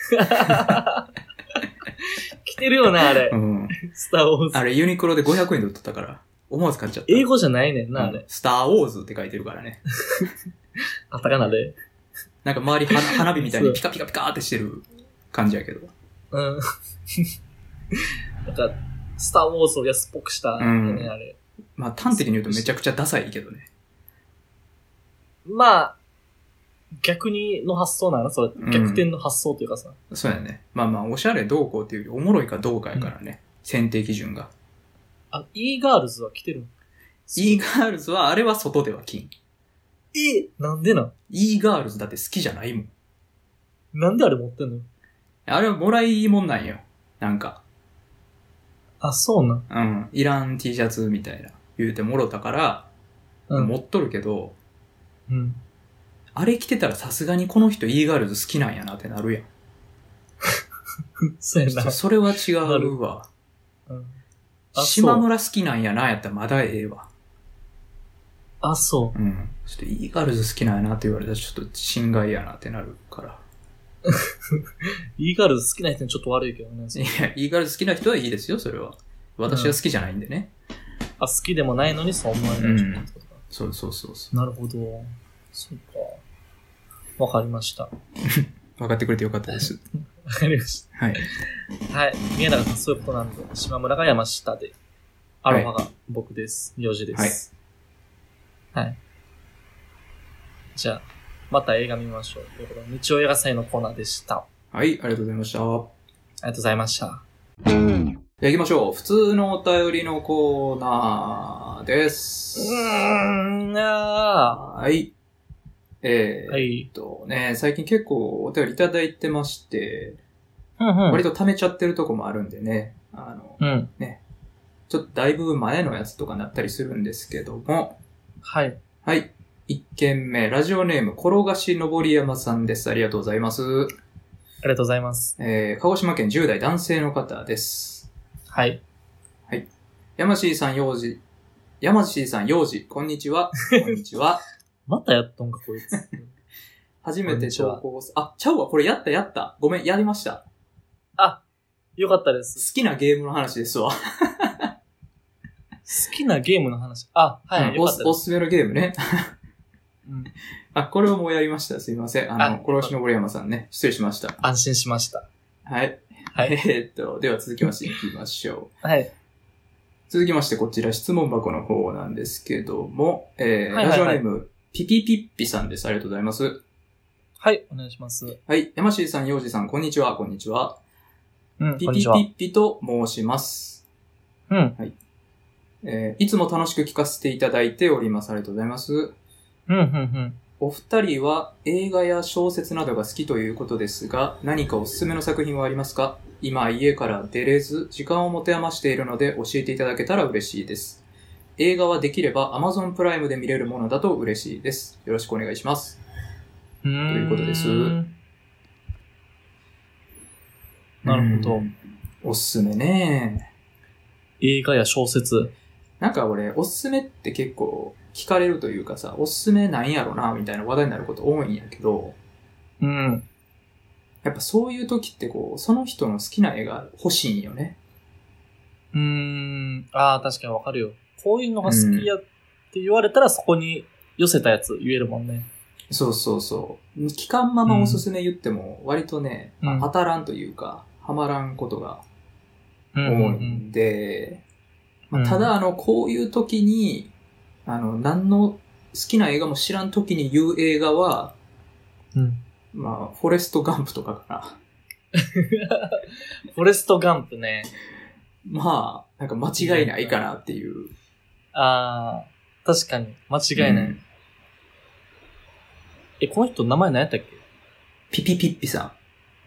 着てるよな、あれ。 うん。 スターウォーズ。 あれユニクロでごひゃくえんで売ってたから、思わず買っちゃった。 英語じゃないねんな、あれ。 うん、スターウォーズって書いてるからね。 カタカナで。 なんか周り花花火みたいにピカピカピカーってしてる感じやけど。 うん。なんか、スターウォーズを安っぽくした、ね、うん、あれ。 まあ端的に言うとめちゃくちゃダサいけどね。 まあ、逆にの発想なのそれ、逆転の発想というかさ、 うん。そうやね。まあまあ、おしゃれどうこうっていうよりおもろいかどうかやからね。うん、選定基準が。 あ、e ガールズは来てるの？ e ガールズは、あれは外では金。 え、なんでなん？ e ガールズだって好きじゃないもん。 なんであれ持ってんの？ あれはもらいもんなんよ。なんか。 あ、そうなん。 うん。いらん T シャツみたいな。言うてもろたから、うん、持っとるけど、 うん。 あれ着てたらさすがにこの人 e ガールズ好きなんやなってなるやん。 そうやな。 それは違うわ。うん。島村好きなんやなやったらまだええわ。 あ、そう。 うん。ちょっと e ガールズ好きなんやなって言われたらちょっと心外やなってなるから。 e ガールズ好きな人にちょっと悪いけどね。 いや、e ガールズ好きな人はいいですよ、それは。私は好きじゃないんでね。 うん、あ、好きでもないのにそう思えない、うん。 そうそうそうそう。 なるほど。そうか。わかりました。 分かってくれてよかったです。 わかりました。 はい。 はい。宮永さん、そういうことなんで、島村が山下で、アロハが僕です。名字です。はい。はい。じゃあ、また映画見ましょう。ということで、日曜映画祭のコーナーでした。 はい、ありがとうございました。ありがとうございました。 じゃあ行きましょう。普通のお便りのコーナーです。 うーん、あー。はい。えー、はい、っとね、最近結構お便りいただいてまして、 うんうん、 割と溜めちゃってるとこもあるんでね、あの、 うん、 ね、ちょっとだいぶ前のやつとかなったりするんですけども、 はい。 はい。一件目、ラジオネーム、転がしのぼり山さんです。ありがとうございます。 ありがとうございます。 えー、鹿児島県じゅう代男性の方です。 はい。 はい。山椎さん、幼児、山椎さん、幼児、こんにちは。こんにちは。 またやっとんか、こいつ。 初めて投稿す、あ、ちゃうわ、これやったやった。ごめん、やりました。 あ、よかったです。 好きなゲームの話ですわ。好きなゲームの話。あ、はい、うん、よかったです。 おすすめのゲームね。 うん、 あ、これをもうやりました。すいません。あの、殺しのぼり山さんね。失礼しました。 安心しました。 はい。 はい。 えー、っと、では続きましていきましょう。はい。 続きまして、こちら質問箱の方なんですけども、えー、はいはいはい、ラジオネーム、ピピピッピさんです。ありがとうございます。 はい、お願いします。 はい。山椎さん、洋二さん、こんにちは。こんにちは。 うん、 ピピピッピと申します。 うん。 はい。えー、いつも楽しく聞かせていただいております。ありがとうございます。 うん、うん、うん。 お二人は映画や小説などが好きということですが、何かおすすめの作品はありますか？今家から出れず、時間を持て余しているので教えていただけたら嬉しいです。映画はできれば Amazon プライムで見れるものだと嬉しいです。よろしくお願いします。 うーん。 ということです。 なるほど。 おすすめね。 映画や小説。 なんか俺、おすすめって結構聞かれるというかさ、おすすめなんやろな、みたいな話題になること多いんやけど、 うん。 やっぱそういう時ってこう、その人の好きな映画欲しいんよね。 うーん。ああ、確かにわかるよ。こういうのが好きやって言われたら、うん、そこに寄せたやつ言えるもんね。 そうそうそう。聞かんままおすすめ言っても、割とね、うん、当たらんというか、はまらんことが多いんで、うんうんうん、まあ、ただあの、こういう時に、あの、何の好きな映画も知らん時に言う映画は、 うん、 まあ、フォレストガンプとかかな。 フォレストガンプね。 まあ、なんか間違いないかなっていう。 ああ、確かに。間違いない。うん、え、この人名前何やったっけ？ ピピピッピさん。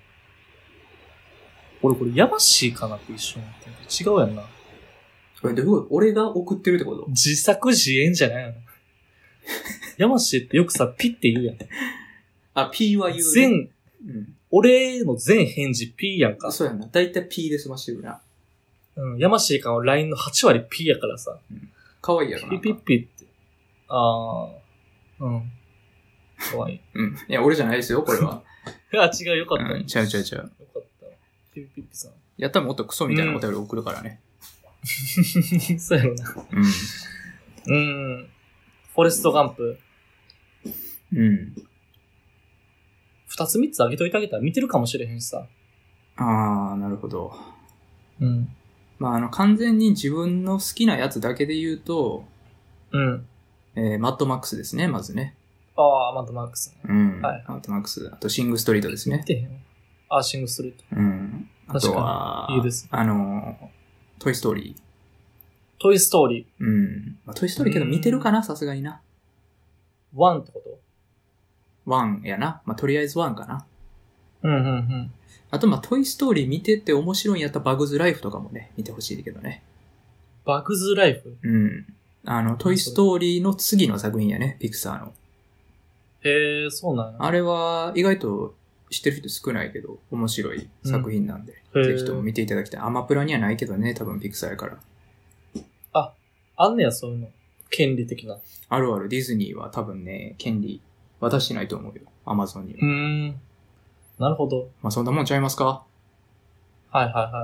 俺これヤマシーかなって一瞬思ったけど違うやんな。 これどういうこと？俺が送ってるってこと？ 自作自演じゃないの？ヤマシーってよくさ、ピって言うやん。 あ、P は言う、ね。 全、うん、俺の全返事 P やんか。 そうやな。だいたい P で済ましてるな。 うん、ヤマシーかの ライン のはち割 P やからさ。 うん、かわいいやろな。 ピピッピって。あー。うん。かわいい。 うん。いや、俺じゃないですよ、これは。 あ、違う、よかった、ね。 うん、ちゃうちゃうちゃう。 よかった。ピピピッピさん。 やったらもっとクソみたいなお便り送るからね。 うん、そうやろな。うん。うん。フォレストガンプ。 うん。 二つ三つあげといてあげたら見てるかもしれへんしさ。 あー、なるほど。 うん。 まあ、あの、完全に自分の好きなやつだけで言うと、 うん。 えー、マッドマックスですね、まずね。 ああ、マッドマックス、ね。 うん。はい。マッドマックス。あと、シングストリートですね。 見てへん。ああ、シングストリート。 うん。あとは、 いいです。 あの、トイストーリー。 トイストーリー。うん。まあ、トイストーリーけど見てるかな、さすがにな。 ワンってこと？ ワンやな。まあ、とりあえずワンかな。 うんうんうん。 あと、まあ、トイストーリー見てて面白いんやったらバグズライフとかもね、見てほしいけどね。 バグズライフ？ うん。あの、トイストーリーの次の作品やね、ピクサーの。 へえ、そうなんや。 あれは意外と知ってる人少ないけど、面白い作品なんで、うん、ぜひとも見ていただきたい。アマプラにはないけどね、多分ピクサーやから。 あ、あんねや、そういうの。権利的な。 あるある、ディズニーは多分ね、権利渡してないと思うよ。アマゾンには。 うーん。なるほど。 まあそんなもんちゃいますか？ はいはいはい。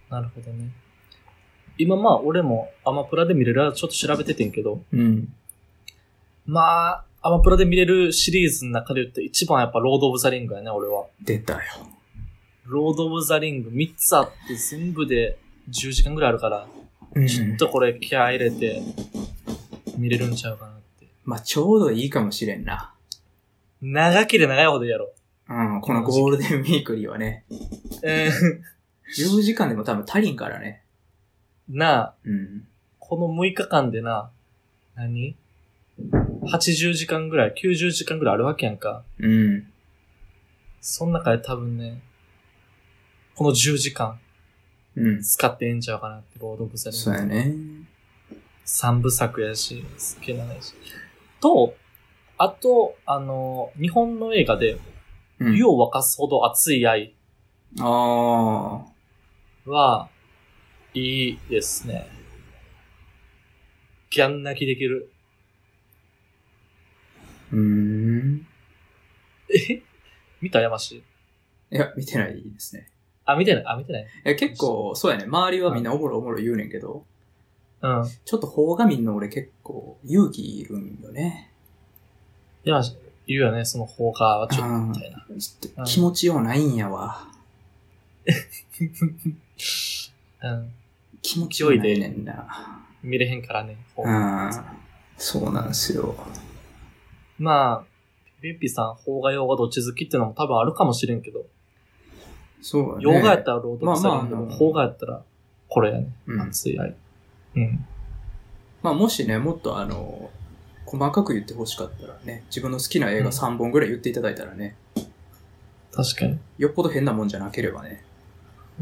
なるほどね。今まあ俺もアマプラで見れるちょっと調べててんけど。 うん。 まあ、アマプラで見れるシリーズの中で言って一番やっぱロード・オブ・ザ・リングやね、俺は。 出たよ。 ロード・オブ・ザ・リングみっつあって全部でじゅうじかんぐらいあるから、うん、ちょっとこれ気合入れて見れるんちゃうかなって。 まあちょうどいいかもしれんな。 長ければ長いほどやろ。 うん、このゴールデンウィークにはね。 えー、 じゅうじかんでも多分足りんからね。 なあ、 うん、 このむいかかんでな、何はちじゅうじかんぐらい、きゅうじゅうじかんぐらいあるわけやんか。 うん。 その中で多分ね、このじゅうじかん、うん。使ってええんちゃうかなって、ロード・オブ・ザ・リング。 そうやね。 三部作やし、好きなやし。と、あと、あの、日本の映画で、うん、湯を沸かすほど熱い愛。 ああ。 は、いいですね。ギャン泣きできる。 うーん。 え見たやましいや、見てないですね。 あ、見てないあ、見てないいや、結構、そうやね。周りはみんなおもろおもろ言うねんけど。 うん。 ちょっと邦画見んの俺結構勇気いるんよね。 いや、言うよね、その邦画はちょっとみたいな。 ちょっと気持ちよないんやわ。 うん。 気持ちよいでねんな。 見れへんからね。 うん。そうなんですよ。 まあ、ピッピさん、邦画洋画どっち好きっていうのも多分あるかもしれんけど。 そうね。 洋画やったらロード・オブ・ザ・リングでも、邦画やったらこれやね。 うん熱い愛。うん。 まあもしね、もっとあの、細かく言ってほしかったらね、自分の好きな映画さんぼんぐらい言っていただいたらね、 うん、確かに。 よっぽど変なもんじゃなければね。 うん、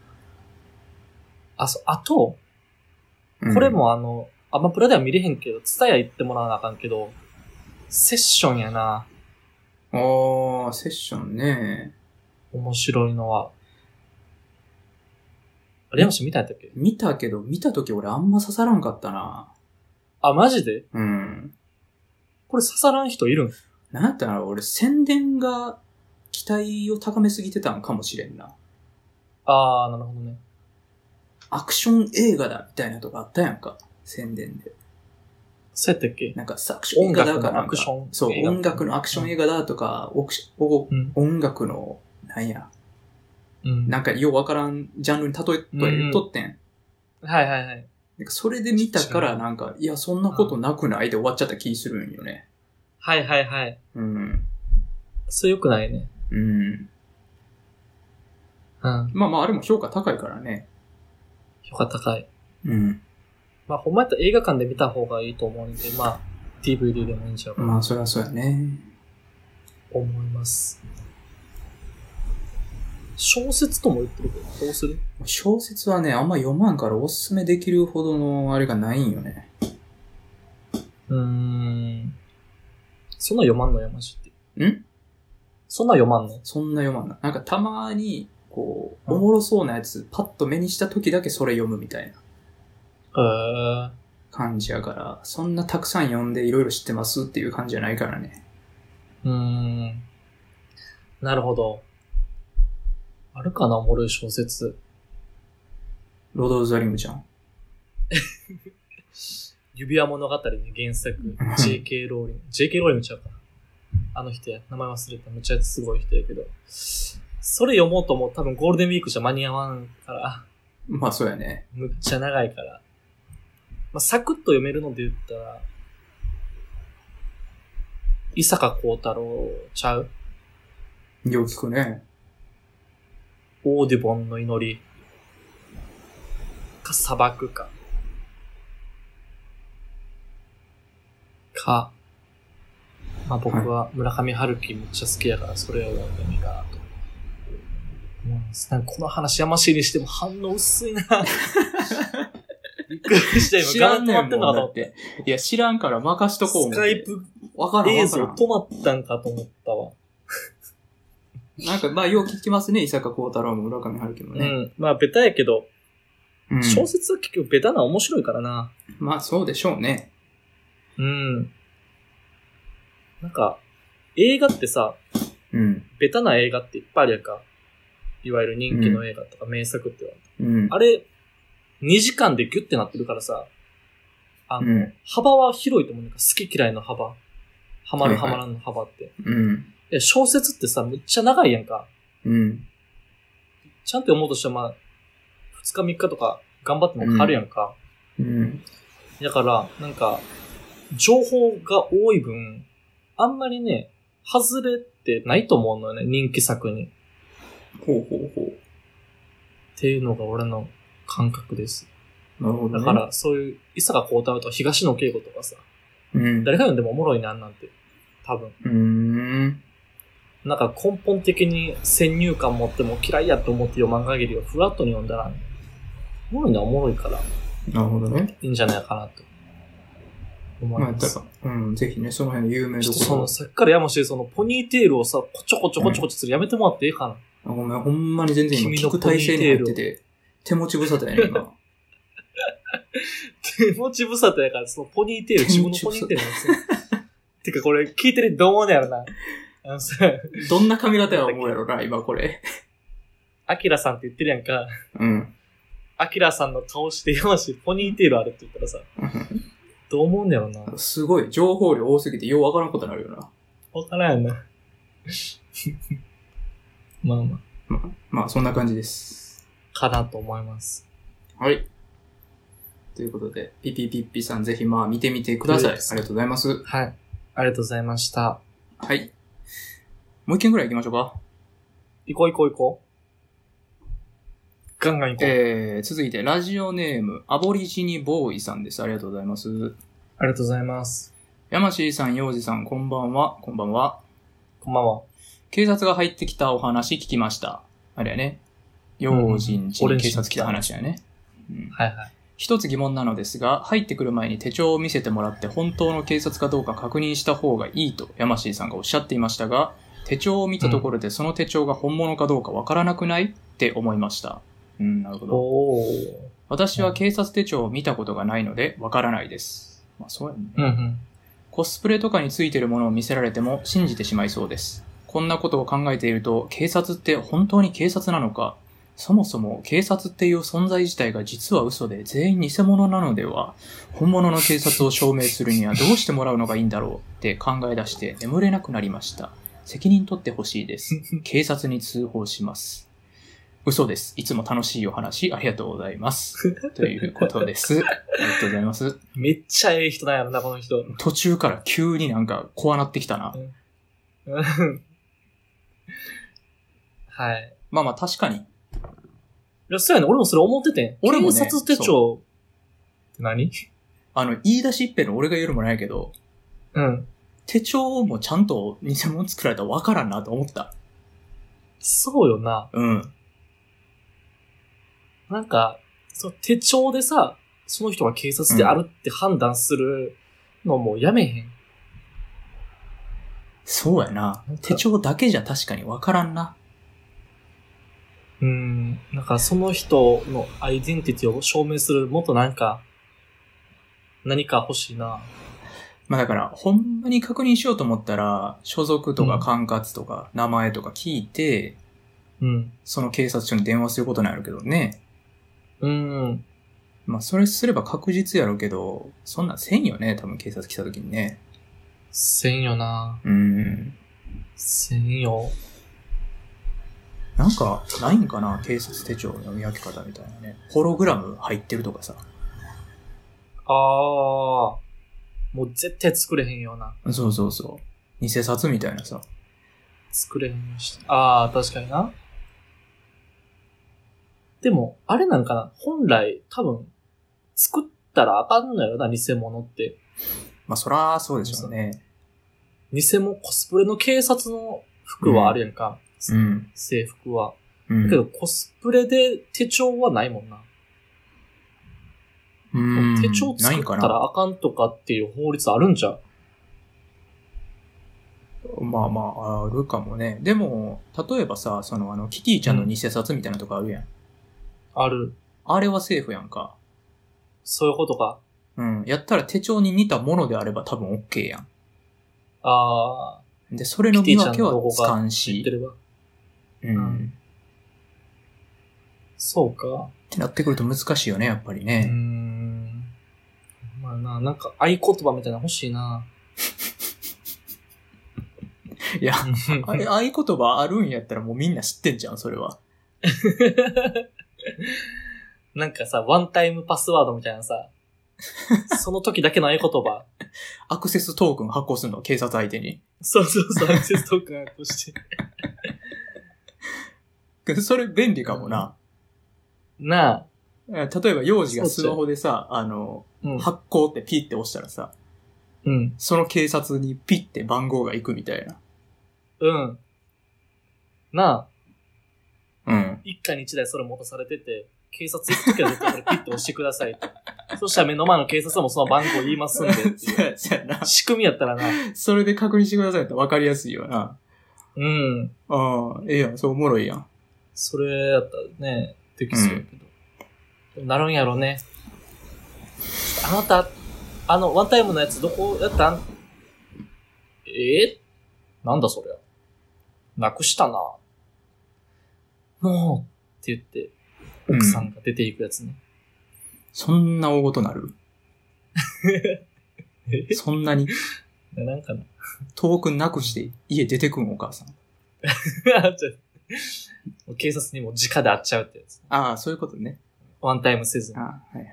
あ、そう、あと、これもあの、アマプラでは見れへんけど、ツタヤ行ってもらわなあかんけど、セッションやな。 あー、セッションね。 面白いのは。あれ、山下見たんやったっけ？ 見たけど、見たとき俺あんま刺さらんかったな。 あ、マジで？ うん。 これ刺さらん人いるん？ なんやったら俺宣伝が期待を高めすぎてたんかもしれんな。 あー、なるほどね。 アクション映画だみたいなとこあったやんか。宣伝で。 そうやったっけ？ なんかアクション映画だからなんか。そう、音楽のアクション映画だとか、うん、音楽の、なんや。うん、なんかようわからんジャンルに例えとってん。 はいはいはい。 なんかそれで見たからなんか、いや、そんなことなくないで終わっちゃった気するんよね。 はいはいはい。 うん。 それ良くないね。 うん。うん。まあまあ、あれも評価高いからね。 評価高い。 うん。 まあ、ほんまやったら映画館で見た方がいいと思うんで、まあ、ディーブイディー でもいいんちゃうかな。 まあ、そりゃそうやね。 思います。小説とも言ってるけど、どうする？ 小説はね、あんま読まんからおすすめできるほどのあれがないんよね。 うーん。そんな読まんの山下って。 ん？ そんな読まんの？ そんな読まんの。なんかたまに、こう、おもろそうなやつ、パッと目にした時だけそれ読むみたいな。 へー。 感じやから、そんなたくさん読んでいろいろ知ってますっていう感じじゃないからね。 うーん。なるほど。あるかな、おもろい小説。 ロード・オブ・ザ・リングじゃん。 指輪物語の原作、ジェーケー ローリング。ジェーケー ローリングちゃうか。あの人や。名前忘れた。むちゃすごい人やけど。それ読もうとも多分ゴールデンウィークじゃ間に合わんから。 まあそうやね。 むっちゃ長いから。まあ、サクッと読めるので言ったら、伊坂幸太郎ちゃう？ よく聞くね。 オーディボンの祈りか砂漠かか、まあ僕は村上春樹めっちゃ好きやからそれを読んでみたなと思います。なんかこの話やましいにしても反応薄いな。びっくりした今ガラッと止まってんのかと思って。 いや知らんから任しとこう。 スカイプ映像止まったんかと思ったわ。 なんか、まあ、よう聞きますね。伊坂幸太郎も村上春樹もね。 うん。まあ、ベタやけど、うん、小説は結局ベタな面白いからな。 まあ、そうでしょうね。 うん。なんか、映画ってさ、 うん。 ベタな映画っていっぱいあるやんか。いわゆる人気の映画とか名作って言われて。 うん。 あれ、にじかんでギュッてなってるからさ、あの、うん、幅は広いと思う。なんか好き嫌いの幅。ハマるハマらんの幅って。 はいはい、うん。 小説ってさ、めっちゃ長いやんか。 うん。 ちゃんと読もうとしたらまあ、ふつかみっかとか頑張ってもかかるやんか。 うん。うん、 だから、なんか、情報が多い分、あんまりね、外れってないと思うのよね、人気作に。 ほうほうほう。 っていうのが俺の感覚です。 なるほど、ね。 だから、そういう、伊坂幸太郎とか東野圭吾とかさ、 うん。 誰が読んでもおもろいな、なんて。多分。 うーん。 なんか根本的に先入観持っても嫌いやと思って読まん限りはフラットに読んだら、おもろいのはおもろいから。 なるほどね。 いいんじゃないかなと思います。 まあ、うん、ぜひね、その辺の有名どころ。 その、さっきから山下そのポニーテールをさ、こちょこちょこちょこちょするやめてもらっていいかな。 あ、ごめん、ほんまに全然今聞く体勢に入ってて、手持ち無沙汰やね、今。 手持ち無沙汰やから、そのポニーテール、自分のポニーテールなんですよ。てかこれ聞いてるどう思うねやろな。あのさ、 どんな髪型や思うやろな、今これ。 アキラさんって言ってるやんか。 うん。 アキラさんの顔して山下ポニーテールあるって言ったらさ、どう思うんだろうな。 すごい、情報量多すぎてようわからんことになるよな。 わからんやな。まあまあ。 まあ、まあ、そんな感じです。 かなと思います。 はい。ということで、ピピピッピさんぜひまあ見てみてください。ありがとうございます。 はい。ありがとうございました。 はい。もう一件ぐらい行きましょうか。 行こう行こう行こう。 ガンガン行こう。 えー、続いて、ラジオネーム、アボリジニボーイさんです。ありがとうございます。 ありがとうございます。 山椎さん、洋二さん、こんばんは。こんばんは。 こんばんは。 警察が入ってきたお話聞きました。あれやね。用心地に警察来た話やね。 うん、はいはい。 一つ疑問なのですが、入ってくる前に手帳を見せてもらって本当の警察かどうか確認した方がいいと山椎さんがおっしゃっていましたが、手帳を見たところでその手帳が本物かどうかわからなくないって思いました。うん、なるほど。私は警察手帳を見たことがないのでわからないです。まあそうやね、 うんうん。 コスプレとかについているものを見せられても信じてしまいそうです。こんなことを考えていると、警察って本当に警察なのか、そもそも警察っていう存在自体が実は嘘で全員偽物なのでは、本物の警察を証明するにはどうしてもらうのがいいんだろうって考え出して眠れなくなりました。責任取ってほしいです。警察に通報します。嘘です。いつも楽しいお話ありがとうございます。ということです。ありがとうございます。 めっちゃええ人なんやろな、この人。 途中から急になんか怖なってきたな。 うん、はい。 まあまあ確かに。 いや、そうやね。俺もそれ思っててん。俺もね。警察手帳って何？ あの、言い出しっぺの俺が言うのもないけど、 うん。 手帳もちゃんと偽物作られたら分からんなと思った。 そうよな。 うん。 なんか、その手帳でさ、その人が警察であるって判断するのもやめへん。うん、 そうやな。手帳だけじゃ確かに分からんな。 うん。なんかその人のアイデンティティを証明するもっとなんか、何か欲しいな。 まあだから、ほんまに確認しようと思ったら、所属とか管轄とか名前とか聞いて、 うん。 その警察署に電話することなんやろうけどね。 うん。 まあそれすれば確実やろうけど、そんなんせんよね、多分警察来た時にね。 せんよな。 うん。 せんよ。 なんか、ないんかな、警察手帳の見分け方みたいなね。ホログラム入ってるとかさ。 ああ。もう絶対作れへんような。 そうそうそう。偽札みたいなさ。 作れへんし。ああ、確かにな。でも、あれなんかな、本来、多分、作ったらあかんのよな、偽物って。 まあ、そらそうでしょうね。 偽物、コスプレの警察の服はあるやんか。 うん。 制服は。 うん。 だけど、コスプレで手帳はないもんな。 うん。 手帳作ったらあかんとかっていう法律あるんじゃん。 まあまあ、あるかもね。でも、例えばさ、そのあの、キティちゃんの偽札みたいなとこあるやん。うん、 ある。 あれはセーフやんか。 そういうことか。 うん。やったら手帳に似たものであれば多分 OK やん。 ああ。 で、それの見分けはつかんし。 うん。うん。そうか。 ってなってくると難しいよね、やっぱりね。 うーん。まあな、なんか合言葉みたいなの欲しいな。 いや、あれ、合言葉あるんやったらもうみんな知ってんじゃん、それは。 なんかさ、ワンタイムパスワードみたいなさ、その時だけの合言葉。 アクセストークン発行するの、警察相手に。 そうそうそう、アクセストークン発行して。 それ便利かもな。 なあ。例えば、幼児がスマホでさ、あの、うん、発行ってピッて押したらさ、 うん。 その警察にピッて番号が行くみたいな。 うん。なあ。うん。 一家に一台それ持たされてて、警察行くときは絶対これピッて押してくださいと。そしたら目の前の警察もその番号言いますんでっていう。 そうやな。 仕組みやったらな。 それで確認してくださいって分かりやすいよな。 うん。 ああ、ええやん。そうおもろいやん。 それやったらね、できそうやけど。うん、なるんやろね。あなた、あの、ワンタイムのやつどこやったん？えー、なんだそりゃ。なくしたな。もうって言って、奥さんが出ていくやつね。うん、 そんな大ごとなるそんなになんかな。 トークンなくして家出てくんお母さん。 警察にも直で会っちゃうってやつ。 ああ、そういうことね。 ワンタイムせずに。 ああ、はいはいはい。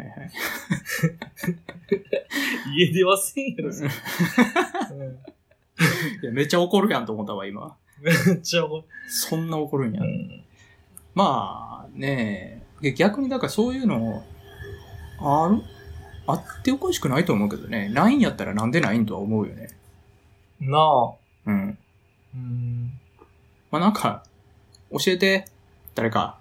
家出はせんやろ、それ。 うん、いやめっちゃ怒るやんと思ったわ、今。 めっちゃ怒る。 そんな怒るんや。うん、まあ、ねえ。 で逆にだからそういうの、あるあっておかしくないと思うけどね。ないんやったらなんでないんとは思うよね。 なあ。 うん。 うん。 まあ、なんか、教えて、誰か。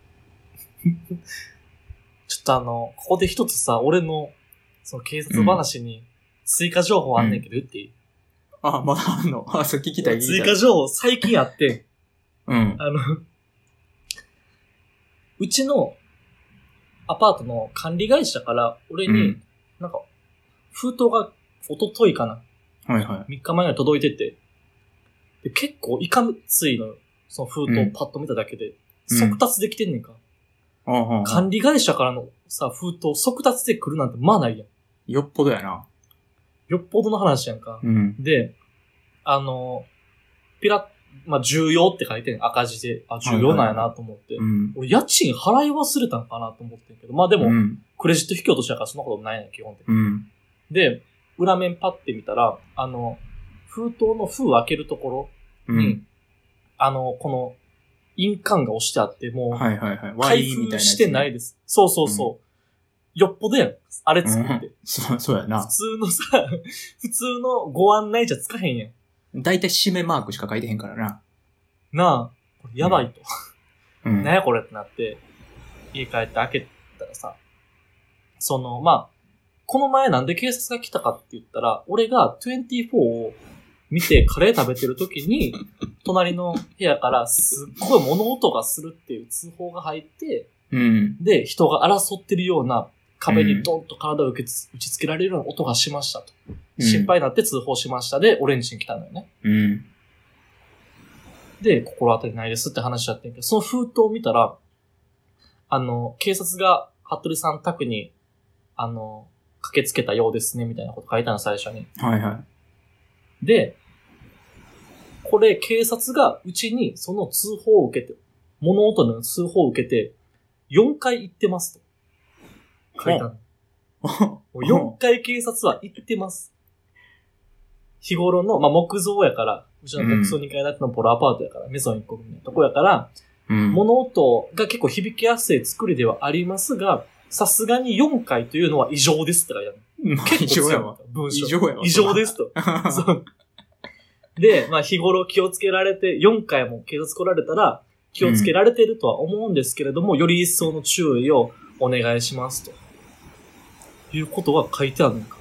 ちょっとあの、ここで一つさ、俺の、その警察話に追加情報あんねんけど言っていい、 うん、あ、まだあんのあ、そう聞きたい聞きたい。 追加情報最近あって、 うん。 あの、うちのアパートの管理会社から俺に、うん、なんか、封筒が一昨日かな。 はいはい。 みっかまえに届いてて、で結構いかついのよ。その封筒をパッと見ただけで。うん、速達できてんねんか。 うん、 管理会社からのさ、封筒速達で来るなんてまあないやん。 よっぽどやな。 よっぽどの話やんか。 うん、 で、あの、ピラッ、まあ、重要って書いてんねん。赤字で。あ、重要なんやなと思って。 はいはいはい、 俺、家賃払い忘れたんかなと思ってんけど。まあでも、うん、クレジット引き落としやからそんなことないねん、基本的に。 うん、 で、裏面パッて見たら、あの、封筒の封を開けるところに、うん、あの、この、印鑑が押してあって、もう、 はいはいはい。 開封してないです。そうそうそう。うん、よっぽどやん。あれ作って。うん、 そう、そうやな。 普通のさ、普通のご案内じゃつかへんやん。 だいたい締めマークしか書いてへんからな。 なあ、これやばいと。 うん、 なんやこれってなって、家帰って開けたらさ、その、まあ、この前なんで警察が来たかって言ったら、俺がにじゅうよんを見てカレー食べてる時に、隣の部屋からすっごい物音がするっていう通報が入って、 うん、 で、人が争ってるような壁にドンと体を打ち付けられるような音がしましたと。うん、心配になって通報しましたで、俺ん家に来たのよね。 うん、 で、心当たりないですって話だったんやけど、その封筒を見たら、あの、警察が服部さん宅に、あの、駆けつけたようですね、みたいなこと書いたの、最初に。 はいはい。 で、これ、警察がうちにその通報を受けて、物音の通報を受けて、よんかい行ってますと。書いたの。よんかい警察は行ってます。日頃の、まあ、木造やから、うちの木造にかい建てのポロアパートやから、うん、メゾンいっこみたいなとこやから、うん、物音が結構響きやすい作りではありますが、さすがによんかいというのは異常ですって書いてある。 結構異常やわ。 文章。 異常やわ。 異常ですと。そう。で、まあ日頃気をつけられて、よんかいも警察来られたら気をつけられているとは思うんですけれども、うん、より一層の注意をお願いしますと。いうことが書いてあるのか。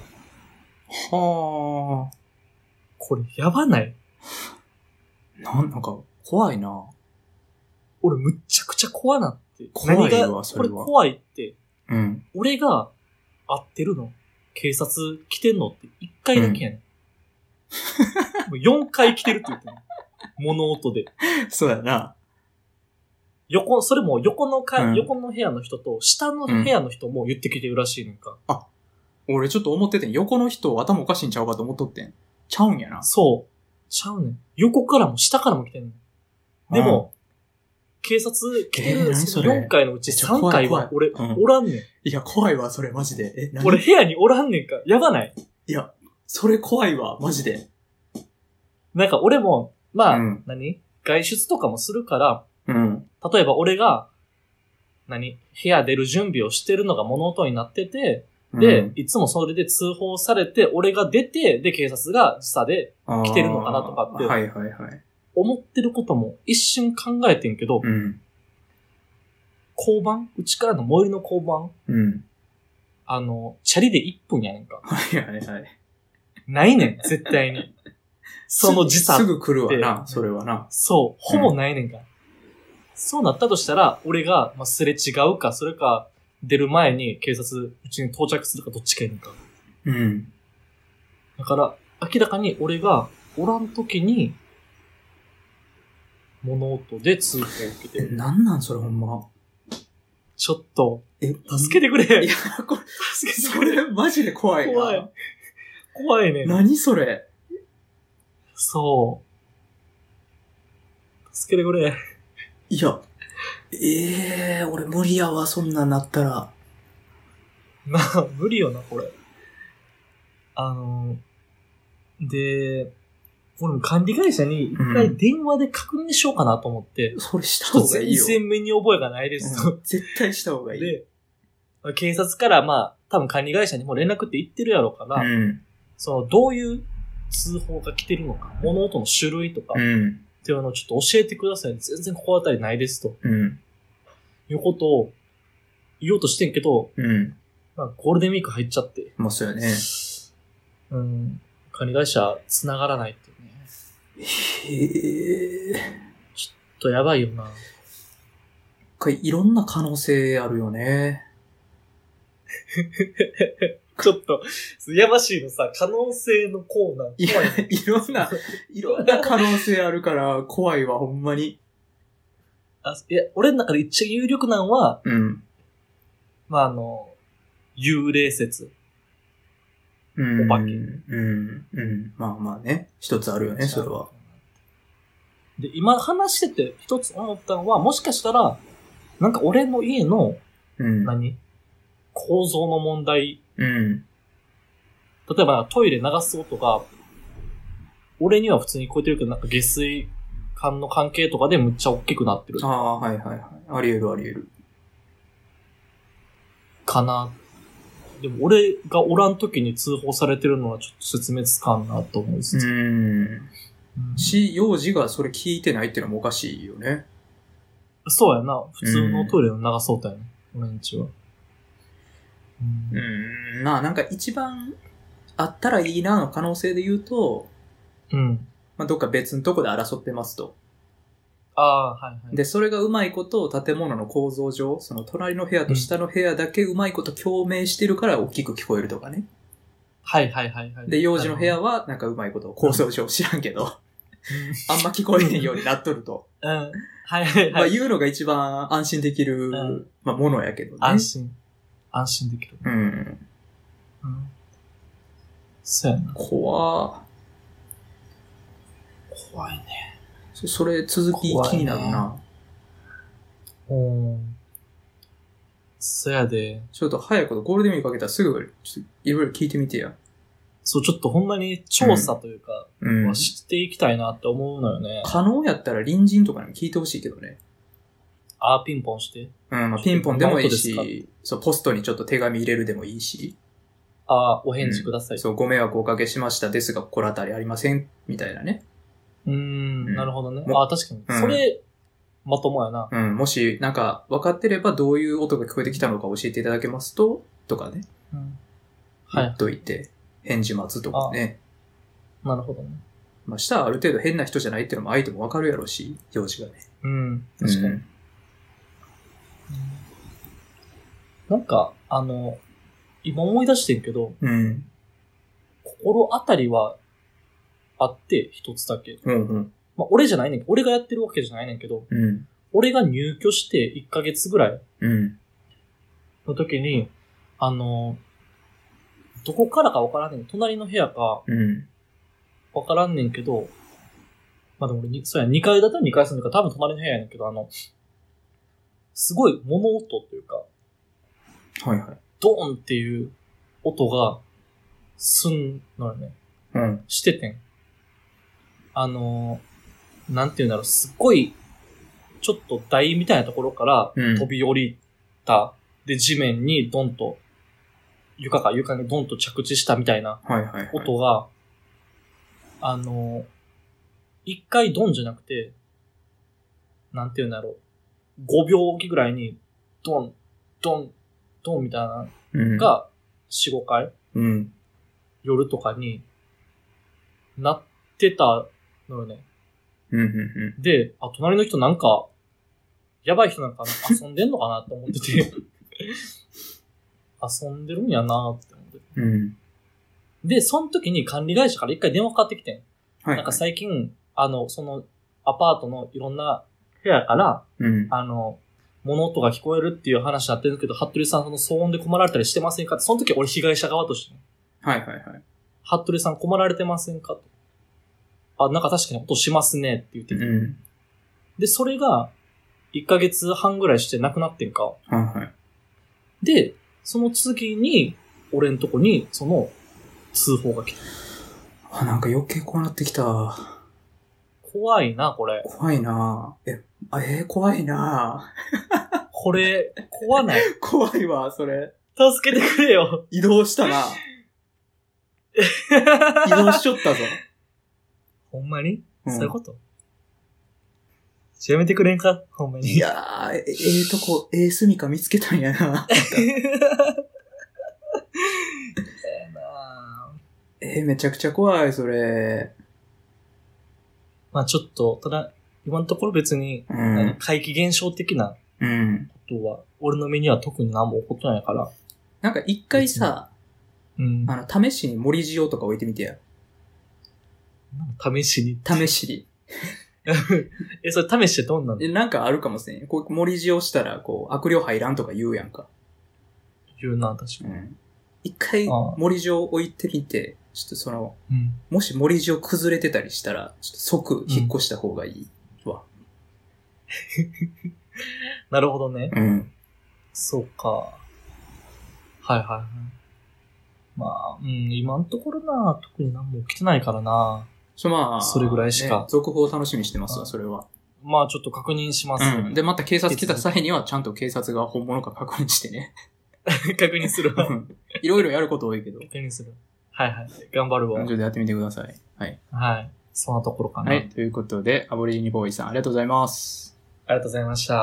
はあ。 これやばない？ なんなんか怖いな。 俺むっちゃくちゃ怖なって。 怖いわ、それは。 これ怖いって。 うん。 俺が会ってるの警察来てんのっていっかいだけやねん。うん、もうよんかい来てるって言ってる。物音で。 そうやな。 横、それも横のか、うん、横の部屋の人と下の部屋の人も言ってきてるらしいねんか。 うん、あ、俺ちょっと思っててん。横の人頭おかしいんちゃうかと思っとってん。ちゃうんやな。 そう。ちゃうねん。横からも下からも来てんねん。でも、警察来てるよんかいのうちさんかいは俺、うん、おらんねん。 いや、怖いわ、それマジで。え、何？ 俺部屋におらんねんか。やばない？ いや、それ怖いわ、マジで。 なんか俺も、まあ、うん、何？外出とかもするから、 うん、 例えば俺が、何？部屋出る準備をしてるのが物音になってて、で、うん、いつもそれで通報されて、俺が出て、で、警察が時差で来てるのかなとかって。 はいはいはい。 思ってることも一瞬考えてんけど、 うん、 交番うちからの最寄りの交番、 うん、 あの、チャリでいっぷんやねんか。 はいはいはい。 ないねん、絶対に。その時差すぐ来るわな、それはな。 そう、ほぼないねんか。うん、そうなったとしたら、俺が、まあ、すれ違うか、それか、出る前に警察、うちに到着するかどっちかやねんか。 うん。 だから、明らかに俺がおらんときに、物音で通報を受けてる。 なんなんそれほんま。 ちょっと、 え、 助けてくれ。 いや、これ、助けてくれ。それマジで怖いな。 怖い。怖いね。 何それ。 そう。助けてくれ。 いや、ええー、俺無理やわ、そんなんなったら。 なあ、無理よな、これ。あの、で、 俺も管理会社に一回電話で確認しようかなと思って。 うん、それした方がいいよ。 全然目に覚えがないですと、 うん。絶対した方がいい。 で、警察からまあ、多分管理会社にも連絡って言ってるやろうから、うん、その、どういう通報が来てるのか、物音の種類とか、うん、っていうのをちょっと教えてください。全然心当たりないですと。うん、いうことを言おうとしてんけど、うん、まあ、ゴールデンウィーク入っちゃって。 まあ、そうよね。 うん。管理会社繋がらないっていうね。 へえ。 ちょっとやばいよな。 いろんな可能性あるよね。 ちょっと、やましいのさ、可能性のコーナー。 いや、いろんな、いろんな可能性あるから怖いわ、ほんまに。 あ、いや、俺の中で一番有力なのは、うん。まあ、あの、幽霊説。 うん。お化け。うん。うん。まあまあね。一つあるよね、それは。 で、今話してて一つ思ったのは、もしかしたら、なんか俺の家の、うん、何構造の問題。うん。例えばトイレ流す音が、俺には普通に聞こえてるけど、なんか下水管の関係とかでむっちゃ大きくなってる。 ああ、はいはいはい。あり得るあり得る。 かな。でも俺がおらん時に通報されてるのはちょっと説明つかんなと思うんですよ。 うん。し、幼児がそれ聞いてないっていうのもおかしいよね。 そうやな。普通のトイレの流そうだよね。俺んちは。 うん、うんまあなんか一番あったらいいなの可能性で言うと、うん。まあどっか別のとこで争ってますと。 ああ、はいはい。 で、それがうまいことを建物の構造上、その隣の部屋と下の部屋だけうまいこと共鳴してるから大きく聞こえるとかね。 はいはいはいはい。 で、幼児の部屋はなんかうまいこと構造上知らんけど、あんま聞こえへんようになっとると。 うん。はいはいはい。 まあ言うのが一番安心できる、うん、まあものやけどね。 安心。安心できる。うん。うん。そうやな。 怖怖いね。 そ, それ続き気になるな。 おー。そやで。 ちょっと早くゴールデンウィークかけたらすぐ、ちょっといろいろ聞いてみてや。 そう、ちょっとほんまに調査というか、うん、知っていきたいなって思うのよね。 可能やったら隣人とかにも聞いてほしいけどね。 あー、ピンポンして。 うん、まあ、ピンポンでもいいし、そう、ポストにちょっと手紙入れるでもいいし。 あー、お返事ください、うん。 そう、ご迷惑おかけしましたですが、心当たりありませんみたいなね。 うーん、うん、なるほどね。あー、確かに。うん、それ、まともやな。 うん、もし、なんか、分かってればどういう音が聞こえてきたのか教えていただけますと、とかね。うん。はい。言っといて、返事待つとかね。 なるほどね。 まあ、下はある程度変な人じゃないっていうのも相手も分かるやろうし、幼児がね。 うん、確かに。うんなんか、あの、今思い出してんけど、うん、心当たりはあって、一つだけ。うんうんまあ、俺じゃないねんけど、俺がやってるわけじゃないねんけど、うん、俺が入居していっかげつぐらいの時に、うん、あの、どこからかわからんねん。隣の部屋か、わからんねんけど、まあでも俺に、そうや、にかいだったらにかい住んでるから多分隣の部屋やねんけど、あの、すごい物音というか、 はいはい。 ドーンっていう音がすんのよね。うん。しててん。あのー、なんていうんだろう、すっごい、ちょっと台みたいなところから飛び降りた。うん、で、地面にドンと、床か床にドンと着地したみたいな音が、はいはいはい、あのー、一回ドンじゃなくて、なんていうんだろう、ごびょうおきぐらいに、ドン、ドン、ドンみたいなのが、よん、ごかい、うん、夜とかになってたのよね。うんうんうん、で、あ、隣の人なんか、やばい人なんか遊んでんのかなって思ってて、遊んでるんやなって思ってて、うん。で、その時に管理会社から一回電話かかってきてん。はいはい、なんか最近、あの、そのアパートのいろんな部屋から、うん、あの、物音が聞こえるっていう話になってるけど、服部さんその騒音で困られたりしてませんかって、その時俺被害者側として、ね。 はいはいはい。 服部さん困られてませんかと。あ、なんか確かに音しますねって言ってて。うん、で、それが、いっかげつはんぐらいしてなくなってんか。はいはい。で、その次に、俺んとこに、その、通報が来た。 あ、なんか余計怖なってきた。 怖いな、これ。 怖いなえ、あえー、怖いなこれ、怖ない。 怖いわ、それ。 助けてくれよ。 移動したな移動しちゃったぞ。 ほんまに、 うん、 そういうことやめてくれんかほんまに。 いやー、ええー、とこ、ええー、住みか見つけたんやな。えー、めちゃくちゃ怖い、それ。 まあちょっと、ただ、今のところ別に、うん、怪奇現象的なことは、うん、俺の目には特に何も起こってないから。 なんか一回さ、うん、あの、試しに森塩とか置いてみてや。 試しに試しに。 え、それ試してどんなんえ、なんかあるかもしれん。こう森塩したら、こう、悪霊入らんとか言うやんか。 言うな、確かに。うん、 一回、森塩置いてみて、ちょっとその、うん、もし森塩崩れてたりしたら、ちょっと即引っ越した方がいいわ。 うん、なるほどね。 うん。 そうか。はいはいはい。まあ、うん、今のところな、特に何も起きてないからな。 そ、まあ、 それぐらいしか。 ね、続報を楽しみにしてますわ、それは。 まあ、ちょっと確認します、 うん。で、また警察来た際には、ちゃんと警察が本物か確認してね。 確認するわ。 いろいろやること多いけど。 確認する。はいはい。頑張るわ。 ちょっとやってみてください。はい。 はい。そんなところかな。 はい。ということで、アボリジニボーイさん、ありがとうございます。 ありがとうございました。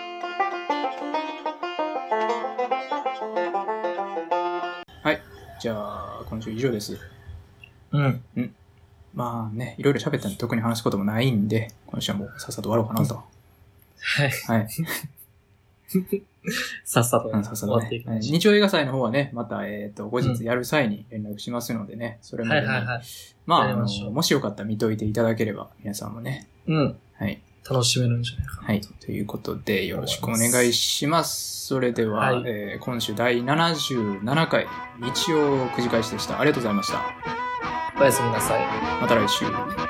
はい。じゃあ、今週以上です。 うん。 うん。まあね、いろいろ喋ったんで特に話すこともないんで、今週はもうさっさと終わろうかなと。 はい。 はい。 さっさと、 ね、さっさとね。日曜映画祭の方はね、また、えっと、後日やる際に連絡しますのでね、うん、それまでに。はいはいはい。まあ、あの、もしよかったら見といていただければ、皆さんもね。 うん。 はい。 楽しめるんじゃないかな。 はい。ということで、よろしくお願いします。それでは、はい、えー、今週だいななじゅうななかい、日曜くじ返しでした。ありがとうございました。 おやすみなさい。 また来週。